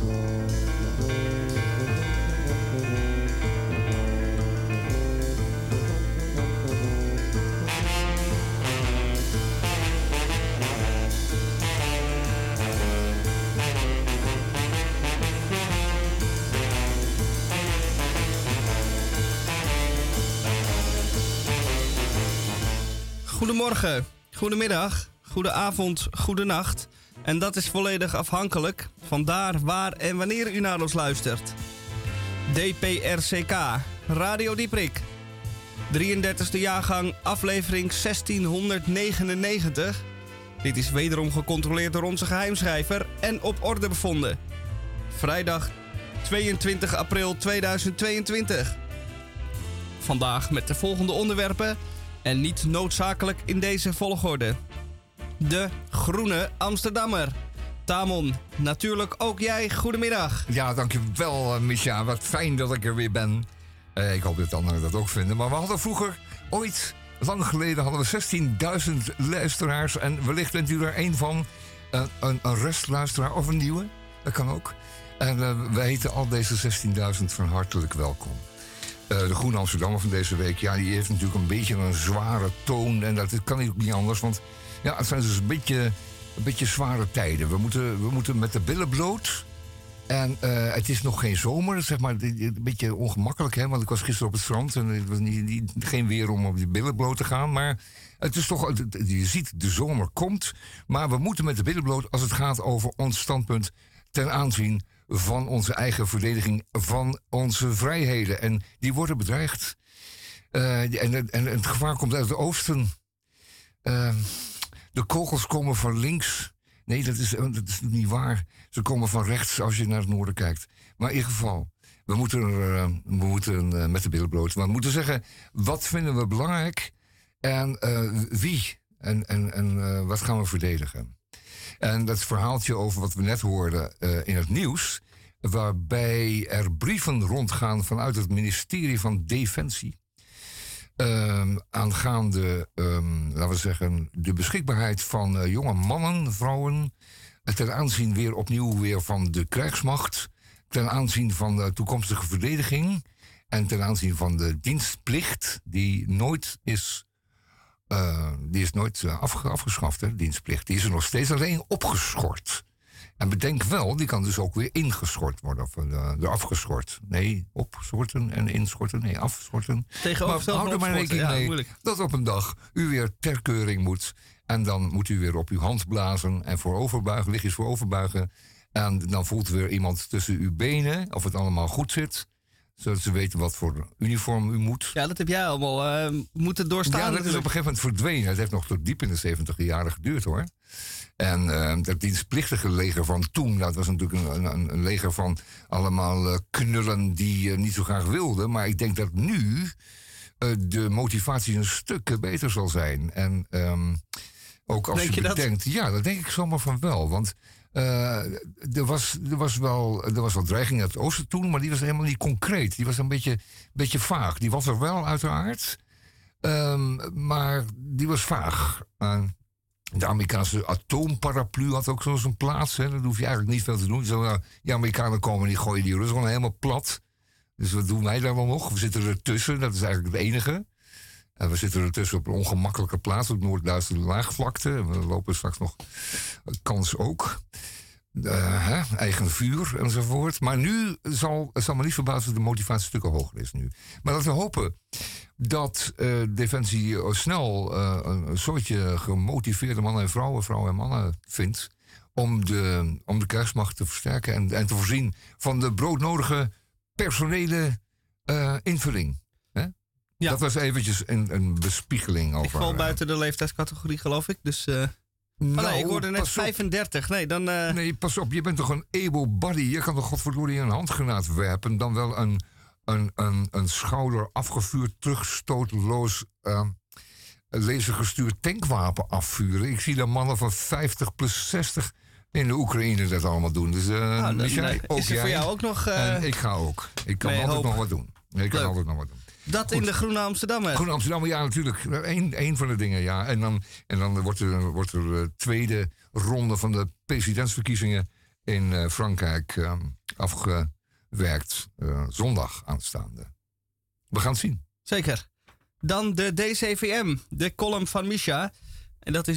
Goedemorgen, goedemiddag, goedenavond, goedenacht. En dat is volledig afhankelijk van daar, waar en wanneer u naar ons luistert. DPRCK, Radio Dieprik. 33e jaargang, aflevering 1699. Dit is wederom gecontroleerd door onze geheimschrijver en op orde bevonden. Vrijdag 22 april 2022. Vandaag met de volgende onderwerpen en niet noodzakelijk in deze volgorde. De Groene Amsterdammer. Tamon, natuurlijk ook jij, goedemiddag. Ja, dankjewel Misha, wat fijn dat ik er weer ben. Ik hoop dat anderen dat ook vinden. Maar we hadden vroeger, ooit, lang geleden, hadden we 16.000 luisteraars. En wellicht bent u er een van, een restluisteraar of een nieuwe. Dat kan ook. En wij heten al deze 16.000 van hartelijk welkom. De Groene Amsterdammer van deze week, ja, die heeft natuurlijk een beetje een zware toon. En dat kan ook niet anders, want ja, het zijn dus een beetje zware tijden. We moeten met de billen bloot. En het is nog geen zomer, zeg maar, een beetje ongemakkelijk, hè? Want ik was gisteren op het strand en het was geen weer om op die billen bloot te gaan. Maar het is toch, je ziet, de zomer komt. Maar we moeten met de billen bloot als het gaat over ons standpunt ten aanzien van onze eigen verdediging van onze vrijheden. En die worden bedreigd. En het gevaar komt uit het oosten. De kogels komen van links. Nee, dat is niet waar. Ze komen van rechts als je naar het noorden kijkt. Maar in ieder geval, we moeten met de billen bloot. We moeten zeggen, wat vinden we belangrijk? En wie? En wat gaan we verdedigen? En dat verhaaltje over wat we net hoorden in het nieuws, waarbij er brieven rondgaan vanuit het ministerie van Defensie, aangaande, laten we zeggen, de beschikbaarheid van jonge mannen, vrouwen, ten aanzien weer van de krijgsmacht, ten aanzien van de toekomstige verdediging en ten aanzien van de dienstplicht, die is nooit afgeschaft, hè, dienstplicht. Die is er nog steeds, alleen opgeschort. En bedenk wel, die kan dus ook weer ingeschort worden. Of afgeschort. Nee, opschorten en inschorten. Nee, afschorten. Tegenover maar houd er maar rekening mee dat op een dag u weer ter keuring moet. En dan moet u weer op uw hand blazen en vooroverbuigen, lichtjes vooroverbuigen. En dan voelt weer iemand tussen uw benen of het allemaal goed zit, zodat ze weten wat voor uniform u moet. Ja, dat heb jij allemaal moeten doorstaan. Ja, dat is op een gegeven moment verdwenen. Het heeft nog tot diep in de 70 jaren geduurd, hoor. En dat dienstplichtige leger van toen, dat was natuurlijk een leger van allemaal knullen die niet zo graag wilden. Maar ik denk dat nu de motivatie een stuk beter zal zijn. En ook als je bedenkt, ja, dat denk ik zomaar van wel. Want er was wel dreiging uit het oosten toen, maar die was helemaal niet concreet. Die was een beetje vaag. Die was er wel, uiteraard. Maar die was vaag. De Amerikaanse atoomparaplu had ook zo'n plaats. Hè. Daar hoef je eigenlijk niet veel te doen. Die Amerikanen komen en die gooien die Russen gewoon helemaal plat. Dus wat doen wij daar wel nog? We zitten ertussen, dat is eigenlijk het enige. En we zitten ertussen op een ongemakkelijke plaats, op Noord-Duitse laagvlakte. We lopen straks nog kans ook. Eigen vuur enzovoort. Maar nu het zal me niet verbazen dat de motivatie stukken hoger is nu. Maar laten we hopen dat Defensie snel een soortje gemotiveerde mannen en mannen vindt om de krijgsmacht te versterken en te voorzien van de broodnodige personele invulling. Hè? Ja. Dat was eventjes een bespiegeling over. Ik val buiten de leeftijdscategorie, geloof ik. Dus nee, ik hoorde net 35. Nee, dan... Nee, pas op. Je bent toch een able body. Je kan toch godverdorie een handgranaat werpen. Dan wel een schouder afgevuurd, terugstootloos lasergestuurd tankwapen afvuren. Ik zie de mannen van 50 plus 60 in de Oekraïne dat allemaal doen. Dus is er voor jou ook nog... ik ga ook. Ik kan altijd nog wat doen. Dat goed. In de Groene Amsterdammer. Groene Amsterdammer, ja, natuurlijk. Eén van de dingen, ja. En dan wordt er tweede ronde van de presidentsverkiezingen in Frankrijk afgewerkt. Zondag aanstaande. We gaan het zien. Zeker. Dan de DCVM, de column van Misha. En dat is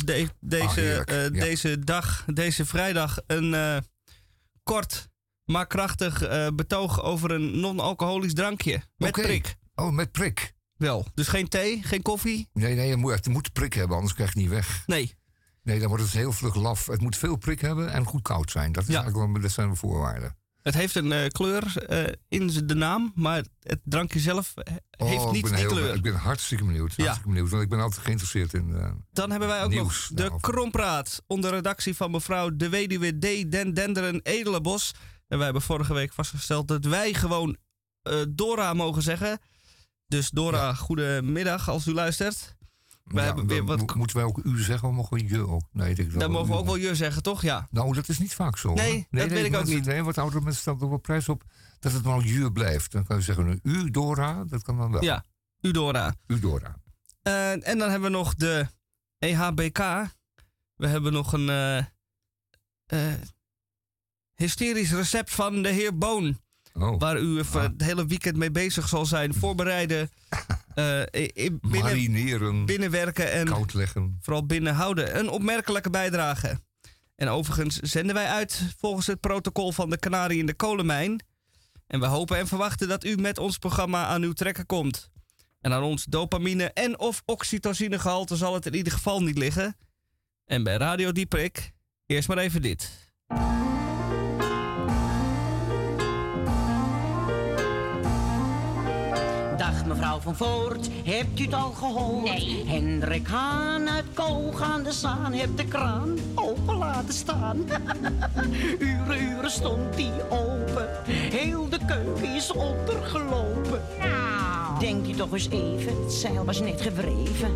deze vrijdag een kort, maar krachtig betoog over een non-alcoholisch drankje. Met prik. Oh, met prik. Wel, dus geen thee, geen koffie? Nee, je moet prik hebben, anders krijg je het niet weg. Nee, dan wordt het heel vlug laf. Het moet veel prik hebben en goed koud zijn. Dat zijn de voorwaarden. Het heeft een kleur in de naam, maar het drankje zelf heeft niet die kleur. Ik ben hartstikke benieuwd. Want ik ben altijd geïnteresseerd in Dan hebben wij ook nieuws, nog de Krompraat onder redactie van mevrouw de weduwe D. Den Denderen Edelenbos. En wij hebben vorige week vastgesteld dat wij gewoon Dora mogen zeggen. Dus Dora, goedemiddag als u luistert. Moeten wij ook u zeggen of mogen we je ook? Nee, dan mogen we ook wel je zeggen, toch? Ja. Nou, dat is niet vaak zo. Nee, dat weet ik ook niet. Nee, wat oudere mensen stellen er wel prijs op dat het maar je blijft. Dan kan je zeggen, u Dora, dat kan dan wel. Ja, u Dora. U Dora. En dan hebben we nog de EHBK. We hebben nog een hysterisch recept van de heer Boon. Waar u het hele weekend mee bezig zal zijn. Voorbereiden, binnenwerken en koud leggen. Vooral binnenhouden. Een opmerkelijke bijdrage. En overigens zenden wij uit volgens het protocol van de Kanarie in de kolenmijn. En we hopen en verwachten dat u met ons programma aan uw trekken komt. En aan ons dopamine en of oxytocinegehalte zal het in ieder geval niet liggen. En bij Radio Dieprik, eerst maar even dit. Dag mevrouw van Voort, hebt u het al gehoord? Nee. Hendrik Haan uit Koog aan de Zaan heeft de kraan open laten staan. Uren stond die open, heel de keuken is ondergelopen. Nou. Denkt u toch eens even, het zeil was net gewreven.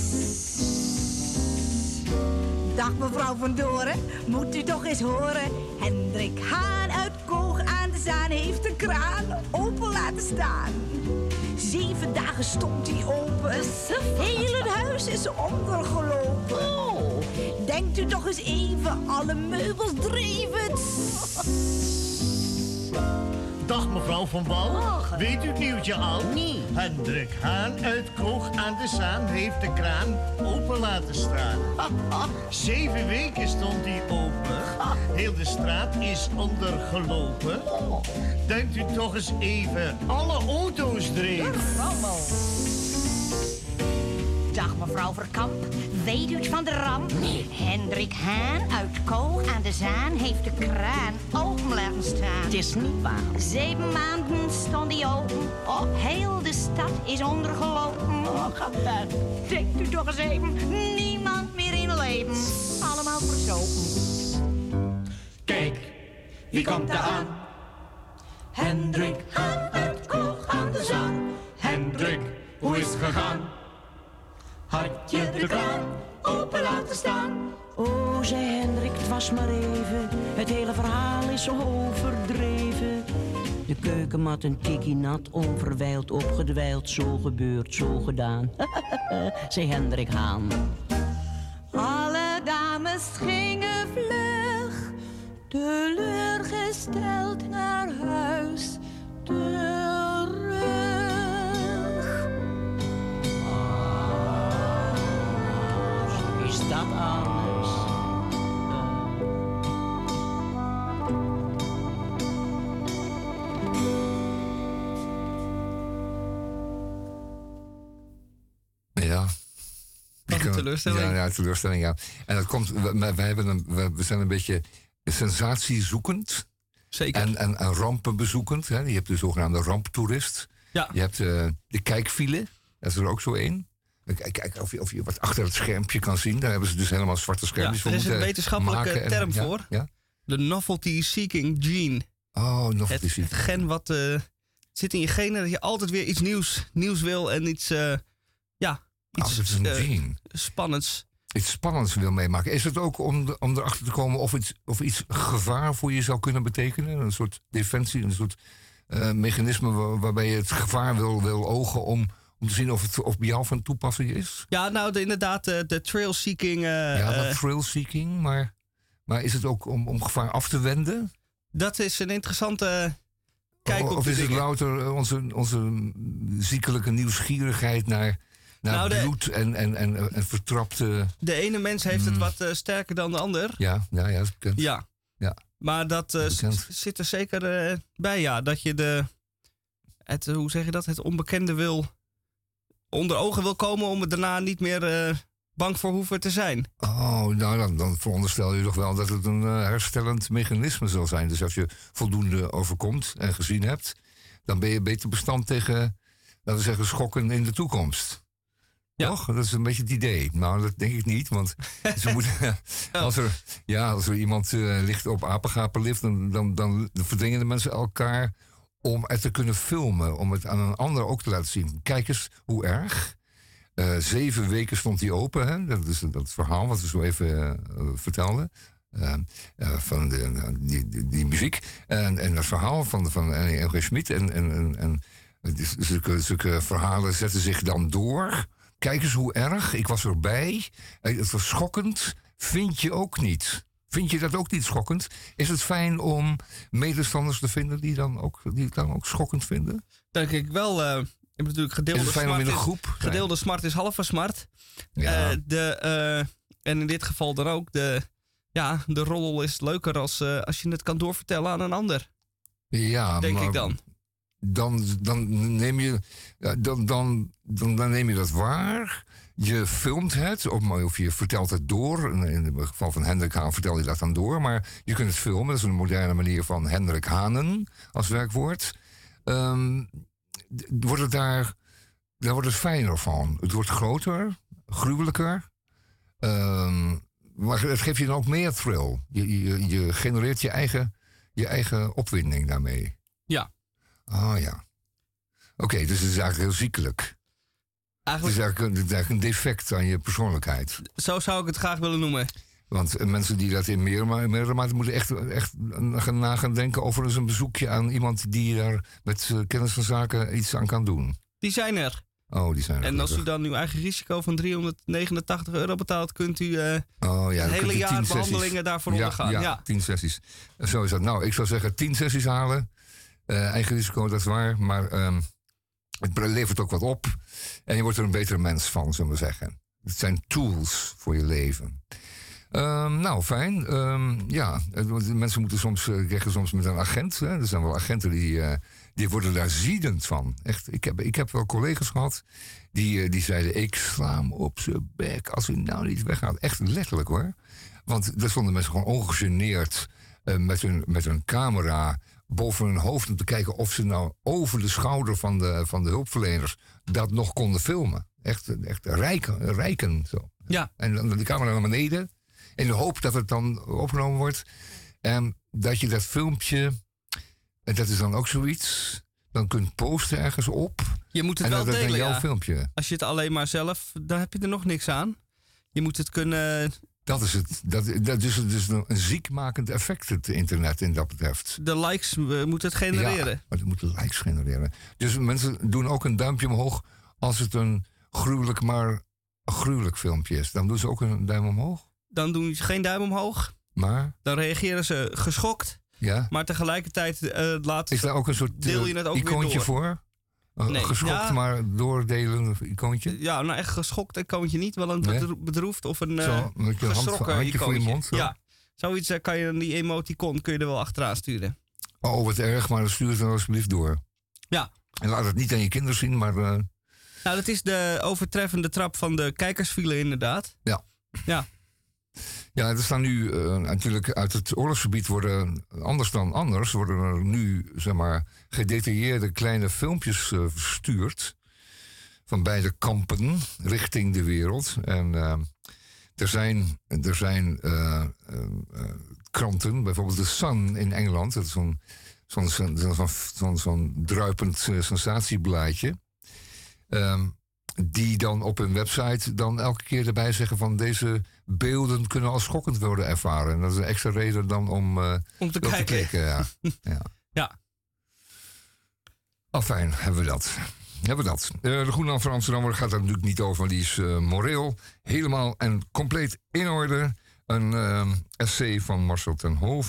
Dag mevrouw van Doren, moet u toch eens horen. Hendrik Haan uit Koog aan de Zaan heeft de kraan open laten staan. 7 dagen stond hij open, heel het huis is ondergelopen. Oh. Denkt u toch eens even, alle meubels dreven. Dag mevrouw van Wal, weet u het nieuwtje al? Nee. Hendrik Haan uit Koog aan de Zaan heeft de kraan open laten staan. 7 weken stond hij open, heel de straat is ondergelopen. Denkt u toch eens even, alle auto's dreven. Dag mevrouw Verkamp, weet u het van de ramp? Nee. Hendrik Haan uit Koog aan de Zaan heeft de kraan open laten staan. Het is niet waar. 7 maanden stond die open, heel de stad is ondergelopen. Denkt u toch eens even, niemand meer in leven, allemaal verzopen. Kijk, wie komt er aan? Hendrik Haan uit Koog aan de Zaan. Hendrik, hoe is het gegaan? Had je de kraan open laten staan? Oh, zei Hendrik, het was maar even. Het hele verhaal is overdreven. De keukenmat een tikkie nat, onverwijld opgedwijld. Zo gebeurd, zo gedaan, zei Hendrik Haan. Alle dames gingen vlug, teleurgesteld naar huis terug. Is dat anders? Ja. Een teleurstelling. Ja, teleurstelling, ja. En dat komt, we zijn een beetje sensatiezoekend. Zeker. En rampenbezoekend. Hè. Je hebt de zogenaamde ramptoerist. Ja. Je hebt de kijkfile. Dat is er ook zo één. Kijk of je wat achter het schermpje kan zien. Daar hebben ze dus helemaal zwarte schermpjes voor moeten maken. Er is een wetenschappelijke term voor. Ja? De novelty seeking gene. Oh, novelty seeking. Het gen wat zit in je genen dat je altijd weer iets nieuws wil en iets spannends. Iets spannends wil meemaken. Is het ook om erachter te komen of iets gevaar voor je zou kunnen betekenen? Een soort defensie, een soort mechanisme waarbij je het gevaar wil ogen om te zien of het bij jou van toepassing is? Ja, nou inderdaad, de trail seeking. Dat trail seeking, maar Maar is het ook om gevaar af te wenden? Dat is een interessante kijk op Of de is het dingen. louter onze ziekelijke nieuwsgierigheid naar bloed en vertrapte... De ene mens heeft het wat sterker dan de ander. Ja, dat is bekend. Ja. Ja. Maar dat zit er zeker bij, ja. Dat je hoe zeg je dat? Het onbekende onder ogen wil komen om er daarna niet meer bang voor hoeven te zijn. Oh, nou dan veronderstel je toch wel dat het een herstellend mechanisme zal zijn. Dus als je voldoende overkomt en gezien hebt, dan ben je beter bestand tegen, laten we zeggen, schokken in de toekomst. Ja. Toch? Dat is een beetje het idee. Nou, dat denk ik niet, want ze moeten, als er iemand ligt op apengapenlift, dan verdringen de mensen elkaar om het te kunnen filmen, om het aan een ander ook te laten zien. Kijk eens hoe erg. 7 weken stond hij open, hè? Dat is dat verhaal wat we zo even vertelden. Van die muziek. En dat verhaal van N.G. Schmid. En zulke verhalen zetten zich dan door. Kijk eens hoe erg, ik was erbij. Het was schokkend, vind je ook niet. Vind je dat ook niet schokkend? Is het fijn om medestanders te vinden die het dan ook schokkend vinden? Denk ik wel. Je hebt natuurlijk gedeelde is het fijn om in een groep? Gedeelde smart is halve smart. Ja. En in dit geval dan ook. De roddel is leuker als je het kan doorvertellen aan een ander. Ja, denk maar ik dan. Dan neem je dat waar. Je filmt het, of je vertelt het door. In het geval van Hendrik Haan vertel je dat dan door. Maar je kunt het filmen. Dat is een moderne manier van Hendrik Hanen als werkwoord. Daar wordt het fijner van. Het wordt groter, gruwelijker. Maar het geeft je dan ook meer thrill. Je genereert je eigen opwinding daarmee. Ja. Ah ja. Oké, dus het is eigenlijk heel ziekelijk. Het is eigenlijk een defect aan je persoonlijkheid. Zo zou ik het graag willen noemen. Want mensen die dat in meerdere mate moeten echt gaan denken over eens een bezoekje aan iemand die daar met kennis van zaken iets aan kan doen. Die zijn er. Oh, die zijn er. En als u dan uw eigen risico van €389 betaalt, kunt u het hele jaar behandelingen daarvoor ondergaan. Ja, 10 sessies. Zo is dat. Nou, ik zou zeggen 10 sessies halen. Eigen risico, dat is waar. Maar het levert ook wat op. En je wordt er een betere mens van, zullen we zeggen. Het zijn tools voor je leven. Nou, fijn. Mensen moeten krijgen soms met een agent. Hè. Er zijn wel agenten die worden daar ziedend van. Echt, ik heb wel collega's gehad die zeiden, ik sla hem op zijn bek als hij nou niet weggaat. Echt letterlijk hoor. Want daar stonden mensen gewoon ongegeneerd met hun camera boven hun hoofd om te kijken of ze nou over de schouder van de hulpverleners dat nog konden filmen. Echt rijken zo. Ja. En dan de camera naar beneden in de hoop dat het dan opgenomen wordt. En dat je dat filmpje, en dat is dan ook zoiets, dan kunt posten ergens op. Je moet het en wel dat delen, is dan jouw filmpje. Als je het alleen maar zelf, dan heb je er nog niks aan. Je moet het kunnen... Dat is het. Dat is dus een ziekmakend effect, het internet, in dat betreft. De likes moeten het genereren. Ja, maar het moeten likes genereren. Dus mensen doen ook een duimpje omhoog als het een gruwelijk filmpje is. Dan doen ze ook een duim omhoog. Dan doen ze geen duim omhoog. Maar? Dan reageren ze geschokt. Ja. Maar tegelijkertijd is daar ook een soort deel je het ook icoontje weer door. voor? Geschokt, maar doordelen icoontje? Ja, nou echt geschokt icoontje niet. Wel een bedroefd of een geschrokken icoontje. Voor je mond, zo. Ja, zoiets kan je, die emoticon kun je er wel achteraan sturen. Oh, wat erg, maar stuur het dan alsjeblieft door. Ja. En laat het niet aan je kinderen zien, maar... Nou, dat is de overtreffende trap van de kijkersfile inderdaad. Ja. Ja. Ja, er staan nu natuurlijk uit het oorlogsgebied worden er nu, zeg maar, gedetailleerde kleine filmpjes verstuurd van beide kampen richting de wereld. En er zijn kranten, bijvoorbeeld The Sun in Engeland, dat is zo'n druipend sensatieblaadje. Die dan op hun website dan elke keer erbij zeggen van deze beelden kunnen als schokkend worden ervaren. En dat is een extra reden dan om te kijken. Ja. Ja. Fijn, hebben we dat. De Groenland van Amsterdam gaat daar natuurlijk niet over. Die is moreel helemaal en compleet in orde. een essay van Marcel ten Hove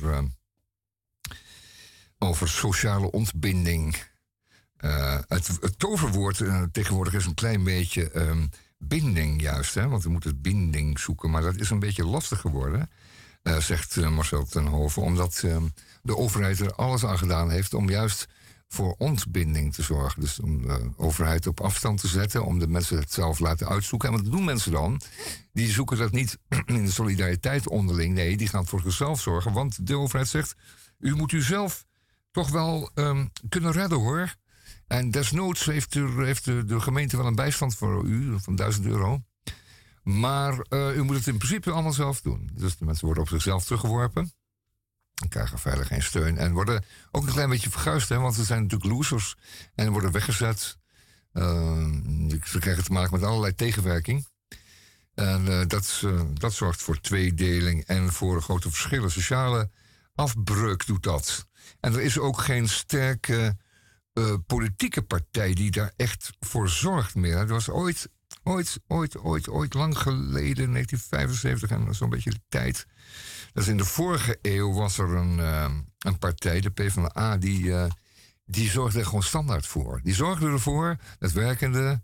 over sociale ontbinding. Het toverwoord tegenwoordig is een klein beetje binding juist. Hè? Want we moeten binding zoeken. Maar dat is een beetje lastig geworden, zegt Marcel ten Hove. Omdat de overheid er alles aan gedaan heeft om juist voor ontbinding te zorgen. Dus om de overheid op afstand te zetten. Om de mensen het zelf laten uitzoeken. En wat doen mensen dan? Die zoeken dat niet in de solidariteit onderling. Nee, die gaan voor zichzelf zorgen. Want de overheid zegt, u moet u zelf toch wel kunnen redden, hoor. En desnoods heeft de gemeente wel een bijstand voor u van €1000. Maar u moet het in principe allemaal zelf doen. Dus de mensen worden op zichzelf teruggeworpen. En krijgen verder geen steun. En worden ook een klein beetje verguisd, hè, want ze zijn natuurlijk losers. En worden weggezet. Ze krijgen te maken met allerlei tegenwerking. En dat zorgt voor tweedeling en voor grote verschillen. Sociale afbreuk doet dat. En er is ook geen sterke politieke partij die daar echt voor zorgt meer. Er was ooit lang geleden, 1975 en zo'n beetje de tijd. Dus in de vorige eeuw was er een partij, de PvdA, die zorgde er gewoon standaard voor. Die zorgde ervoor dat werkenden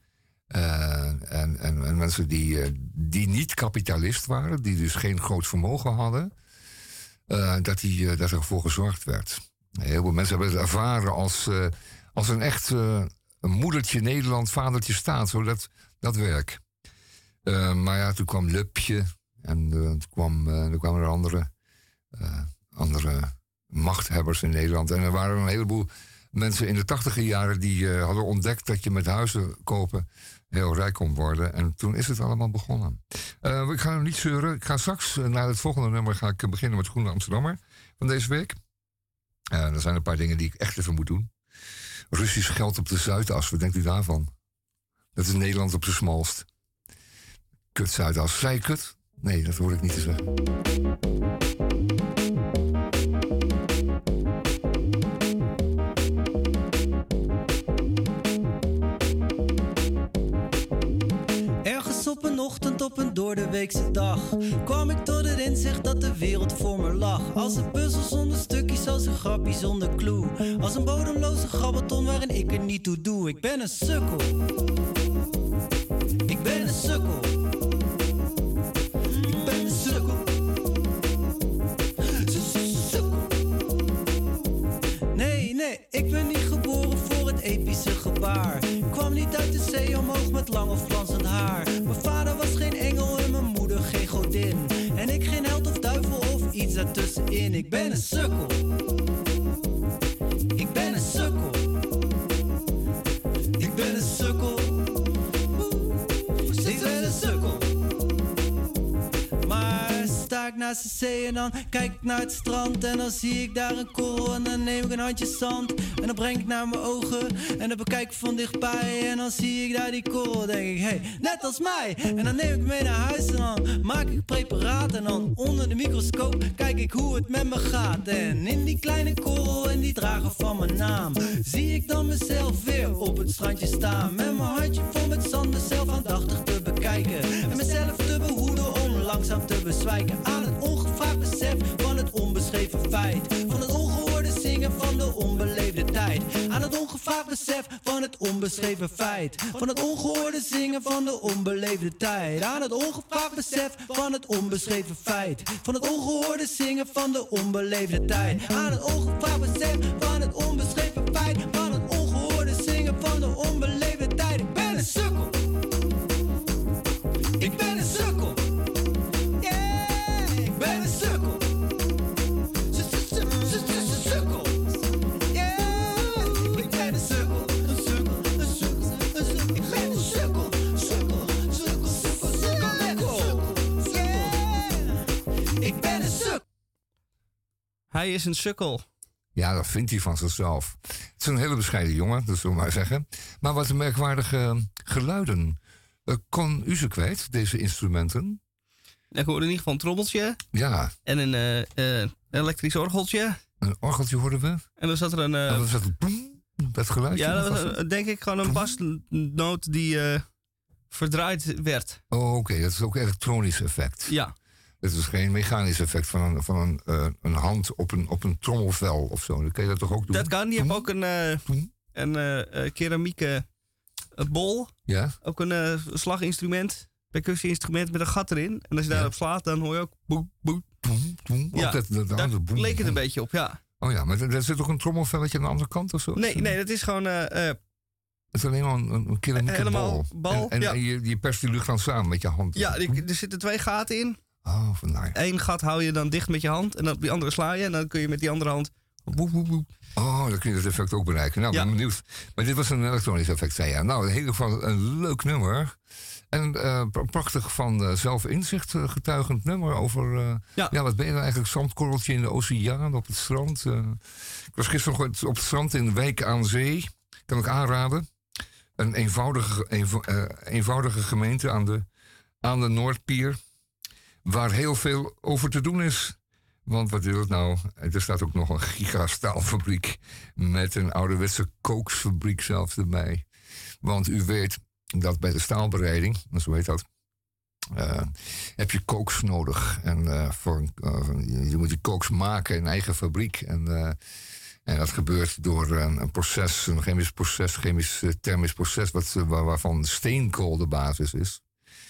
en mensen die niet kapitalist waren, die dus geen groot vermogen hadden, dat ervoor gezorgd werd. Heel veel mensen hebben het ervaren als een echt een moedertje Nederland, vadertje staat, zo dat werk. Maar ja, toen kwam Lupje en toen kwamen er andere machthebbers in Nederland. En er waren een heleboel mensen in de 80e jaren die hadden ontdekt dat je met huizen kopen heel rijk kon worden. En toen is het allemaal begonnen. Ik ga nog niet zeuren. Ik ga straks naar het volgende nummer beginnen met Groene Amsterdammer van deze week. Er zijn een paar dingen die ik echt even moet doen. Russisch geld op de Zuidas, wat denkt u daarvan? Dat is Nederland op zijn smalst. Kut Zuidas. Zei je kut? Nee, dat hoor ik niet te zeggen. Ergens op een ochtend op een doordeweekse dag kwam ik tot het inzicht dat de wereld voor me lag. Als een puzzel zonder stukjes, als een grapje zonder clue. Als een bodemloze grabbelton waarin ik er niet toe doe. Ik ben een sukkel. Ik ben een sukkel. Ik ben een sukkel. Sukkel. Nee, ik ben niet geboren voor het epische gebaar. Ik kwam niet uit de zee omhoog met lang of glanzend haar. Mijn vader was geen engel en mijn moeder geen godin. En ik geen held of duivel of iets daartussenin. Ik ben een sukkel. Ik ben een sukkel. Ik ben een sukkel. Ik ben een sukkel. Maar sta ik naast de zee en dan kijk ik naar het strand. En dan zie ik daar een korrel en dan neem ik een handje zand. En dan breng ik naar mijn ogen en dan bekijk ik van dichtbij. En dan zie ik daar die korrel, denk ik, hey, net als mij. En dan neem ik mee naar huis en dan maak ik preparaat. En dan onder de microscoop kijk ik hoe het met me gaat. En in die kleine korrel en die drager van mijn naam zie ik dan mezelf weer op het strandje staan. Met mijn handje vol met zand mezelf aandachtig te bekijken. En mezelf te behoeden om langzaam te bezwijken. Aan het ongevraagd besef van het onbeschreven feit. Van het ongehoorde zingen van de onbeleefde tijd. Aan het ongevraagd besef van het onbeschreven feit. Van het ongehoorde zingen van de onbeleefde tijd. Aan het ongevraagd besef van het onbeschreven feit. Van het ongehoorde zingen van de onbeleefde tijd. Aan het ongevraagd besef van het onbeschreven feit. Van het ongehoorde zingen van de onbeleefde tijd. Ik ben een sukkel. Ik ben een sukkel. Yeah, ik ben een sukkel. Sukkel. Yeah, ik ben een sukkel. Een sukkel. Ik ben een sukkel. Sukkel. Yeah, ik ben een sukkel. Hij is een sukkel. Ja, dat vindt hij van zichzelf. Het is een hele bescheiden jongen, dat zullen we maar zeggen. Maar wat een merkwaardige geluiden. Kon u ze kwijt, deze instrumenten? Ik hoorde in ieder geval een trommeltje. Ja. En een elektrisch orgeltje. Een orgeltje hoorden we. En dan zat er een... en dan zat het dat geluidje. Ja, dat was denk ik gewoon een basnoot die verdraaid werd. Oh, oké. Dat is ook een elektronisch effect. Ja. Het is geen mechanisch effect van een hand op een trommelvel of zo. Dan kan je dat toch ook doen? Dat kan. Je hebt ook een keramieke bol. Ja? Ook een slaginstrument. Percussie-instrument met een gat erin. En als je daarop slaat, dan hoor je ook boem, boem. Ja, daar leek het een beetje op, ja. Oh ja, maar er zit toch een trommelvelletje aan de andere kant of zo? Nee, dat is gewoon... het is alleen maar een keramieke bal. En je perst die lucht dan samen met je hand. Ja, er zitten 2 gaten in. Oh, vandaar. 1 gat hou je dan dicht met je hand. En dan op die andere sla je. En dan kun je met die andere hand... Boep, boep, boep. Oh, dan kun je dat effect ook bereiken. Nou, ben benieuwd. Maar dit was een elektronisch effect, zei je. Nou, in ieder geval een leuk nummer. En prachtig van zelfinzicht getuigend nummer over... wat ben je nou eigenlijk? Zandkorreltje in de oceaan op het strand. Ik was gisteren nog op het strand in Wijk aan Zee. Kan ik aanraden. Een eenvoudige gemeente aan de Noordpier. Waar heel veel over te doen is. Want wat wil het nou? Er staat ook nog een gigastaalfabriek met een ouderwetse kooksfabriek zelfs erbij. Want u weet dat bij de staalbereiding, zo heet dat, heb je kooks nodig. En je moet die kooks maken in eigen fabriek. En dat gebeurt door een proces, een chemisch-thermisch proces, waarvan steenkool de basis is.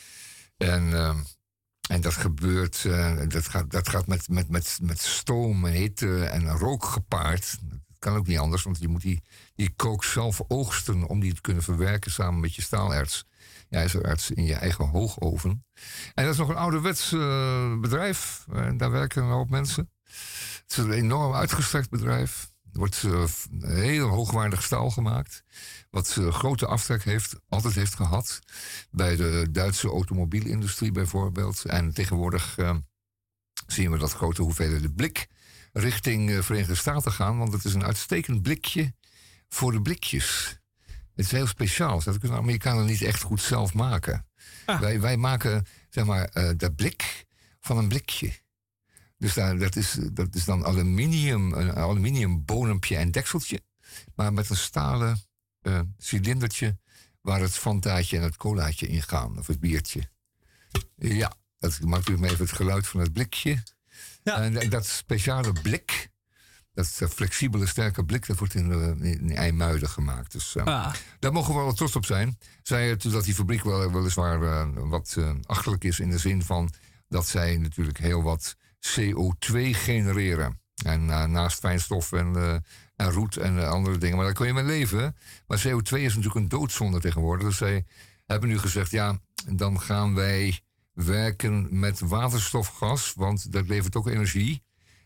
En dat gebeurt, dat gaat met stoom en hitte en rook gepaard. Dat kan ook niet anders, want je moet die kook zelf oogsten om die te kunnen verwerken samen met je staalerts. Ja, ijzererts in je eigen hoogoven. En dat is nog een ouderwets bedrijf. Daar werken een hoop mensen. Het is een enorm uitgestrekt bedrijf. Er wordt heel hoogwaardig staal gemaakt. Wat grote aftrek altijd heeft gehad. Bij de Duitse automobielindustrie bijvoorbeeld. En tegenwoordig zien we dat grote hoeveelheden blik richting Verenigde Staten gaan. Want het is een uitstekend blikje voor de blikjes. Het is heel speciaal. Dat kunnen Amerikanen niet echt goed zelf maken. Ah. Wij maken, zeg maar, dat blik van een blikje. Dus dat is dan aluminium, een aluminium bodempje en dekseltje. Maar met een stalen cilindertje waar het fantaatje en het colaatje in gaan. Of het biertje. Ja, dat maakt u even het geluid van het blikje. Ja. En dat speciale blik, dat flexibele sterke blik, dat wordt in IJmuiden gemaakt. Dus daar mogen we wel trots op zijn. Zij dat die fabriek weliswaar wat achterlijk is in de zin van dat zij natuurlijk heel wat CO2 genereren. En naast fijnstof en roet en andere dingen. Maar daar kun je mee leven. Maar CO2 is natuurlijk een doodzonde tegenwoordig. Dus zij hebben nu gezegd, ja, dan gaan wij werken met waterstofgas. Want dat levert ook energie.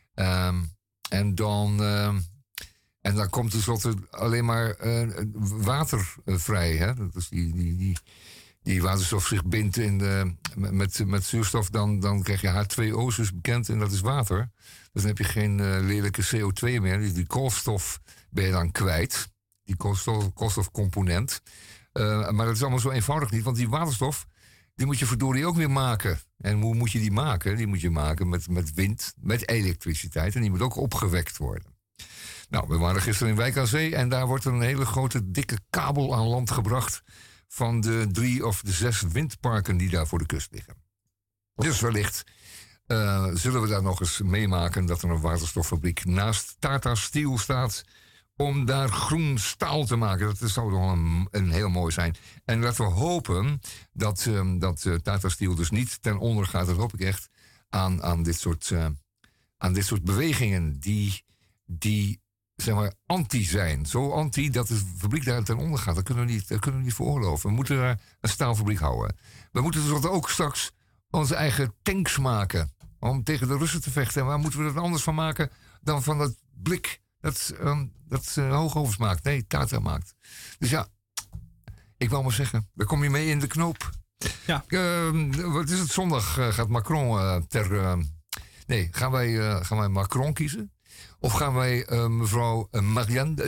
En dan komt tenslotte alleen maar water vrij. Hè? Dat is die waterstof zich bindt met zuurstof, dan krijg je H2O, dus bekend, en dat is water. Dus dan heb je geen lelijke CO2 meer. Die koolstof ben je dan kwijt. Die koolstofcomponent. Maar dat is allemaal zo eenvoudig niet, want die waterstof, die moet je verdorie ook weer maken. En hoe moet je die maken? Die moet je maken met wind, met elektriciteit. En die moet ook opgewekt worden. Nou, we waren gisteren in Wijk aan Zee en daar wordt een hele grote, dikke kabel aan land gebracht van de 3 of de 6 windparken die daar voor de kust liggen. Dus wellicht zullen we daar nog eens meemaken dat er een waterstoffabriek naast Tata Steel staat om daar groen staal te maken. Dat zou toch een heel mooi zijn. En laten we hopen dat Tata Steel dus niet ten onder gaat, dat hoop ik echt, aan dit soort bewegingen die zeg maar anti zijn. Zo anti dat de fabriek daar ten onder gaat. Dat kunnen we niet veroorloven. We moeten daar een staalfabriek houden. We moeten dus ook straks onze eigen tanks maken om tegen de Russen te vechten. En waar moeten we dat anders van maken dan van dat blik dat Hoogovens maakt? Nee, Tata maakt. Dus ja, ik wou maar zeggen, daar kom je mee in de knoop. Ja. Wat is het? Zondag gaat Macron gaan wij Macron kiezen? Of gaan wij mevrouw Marianne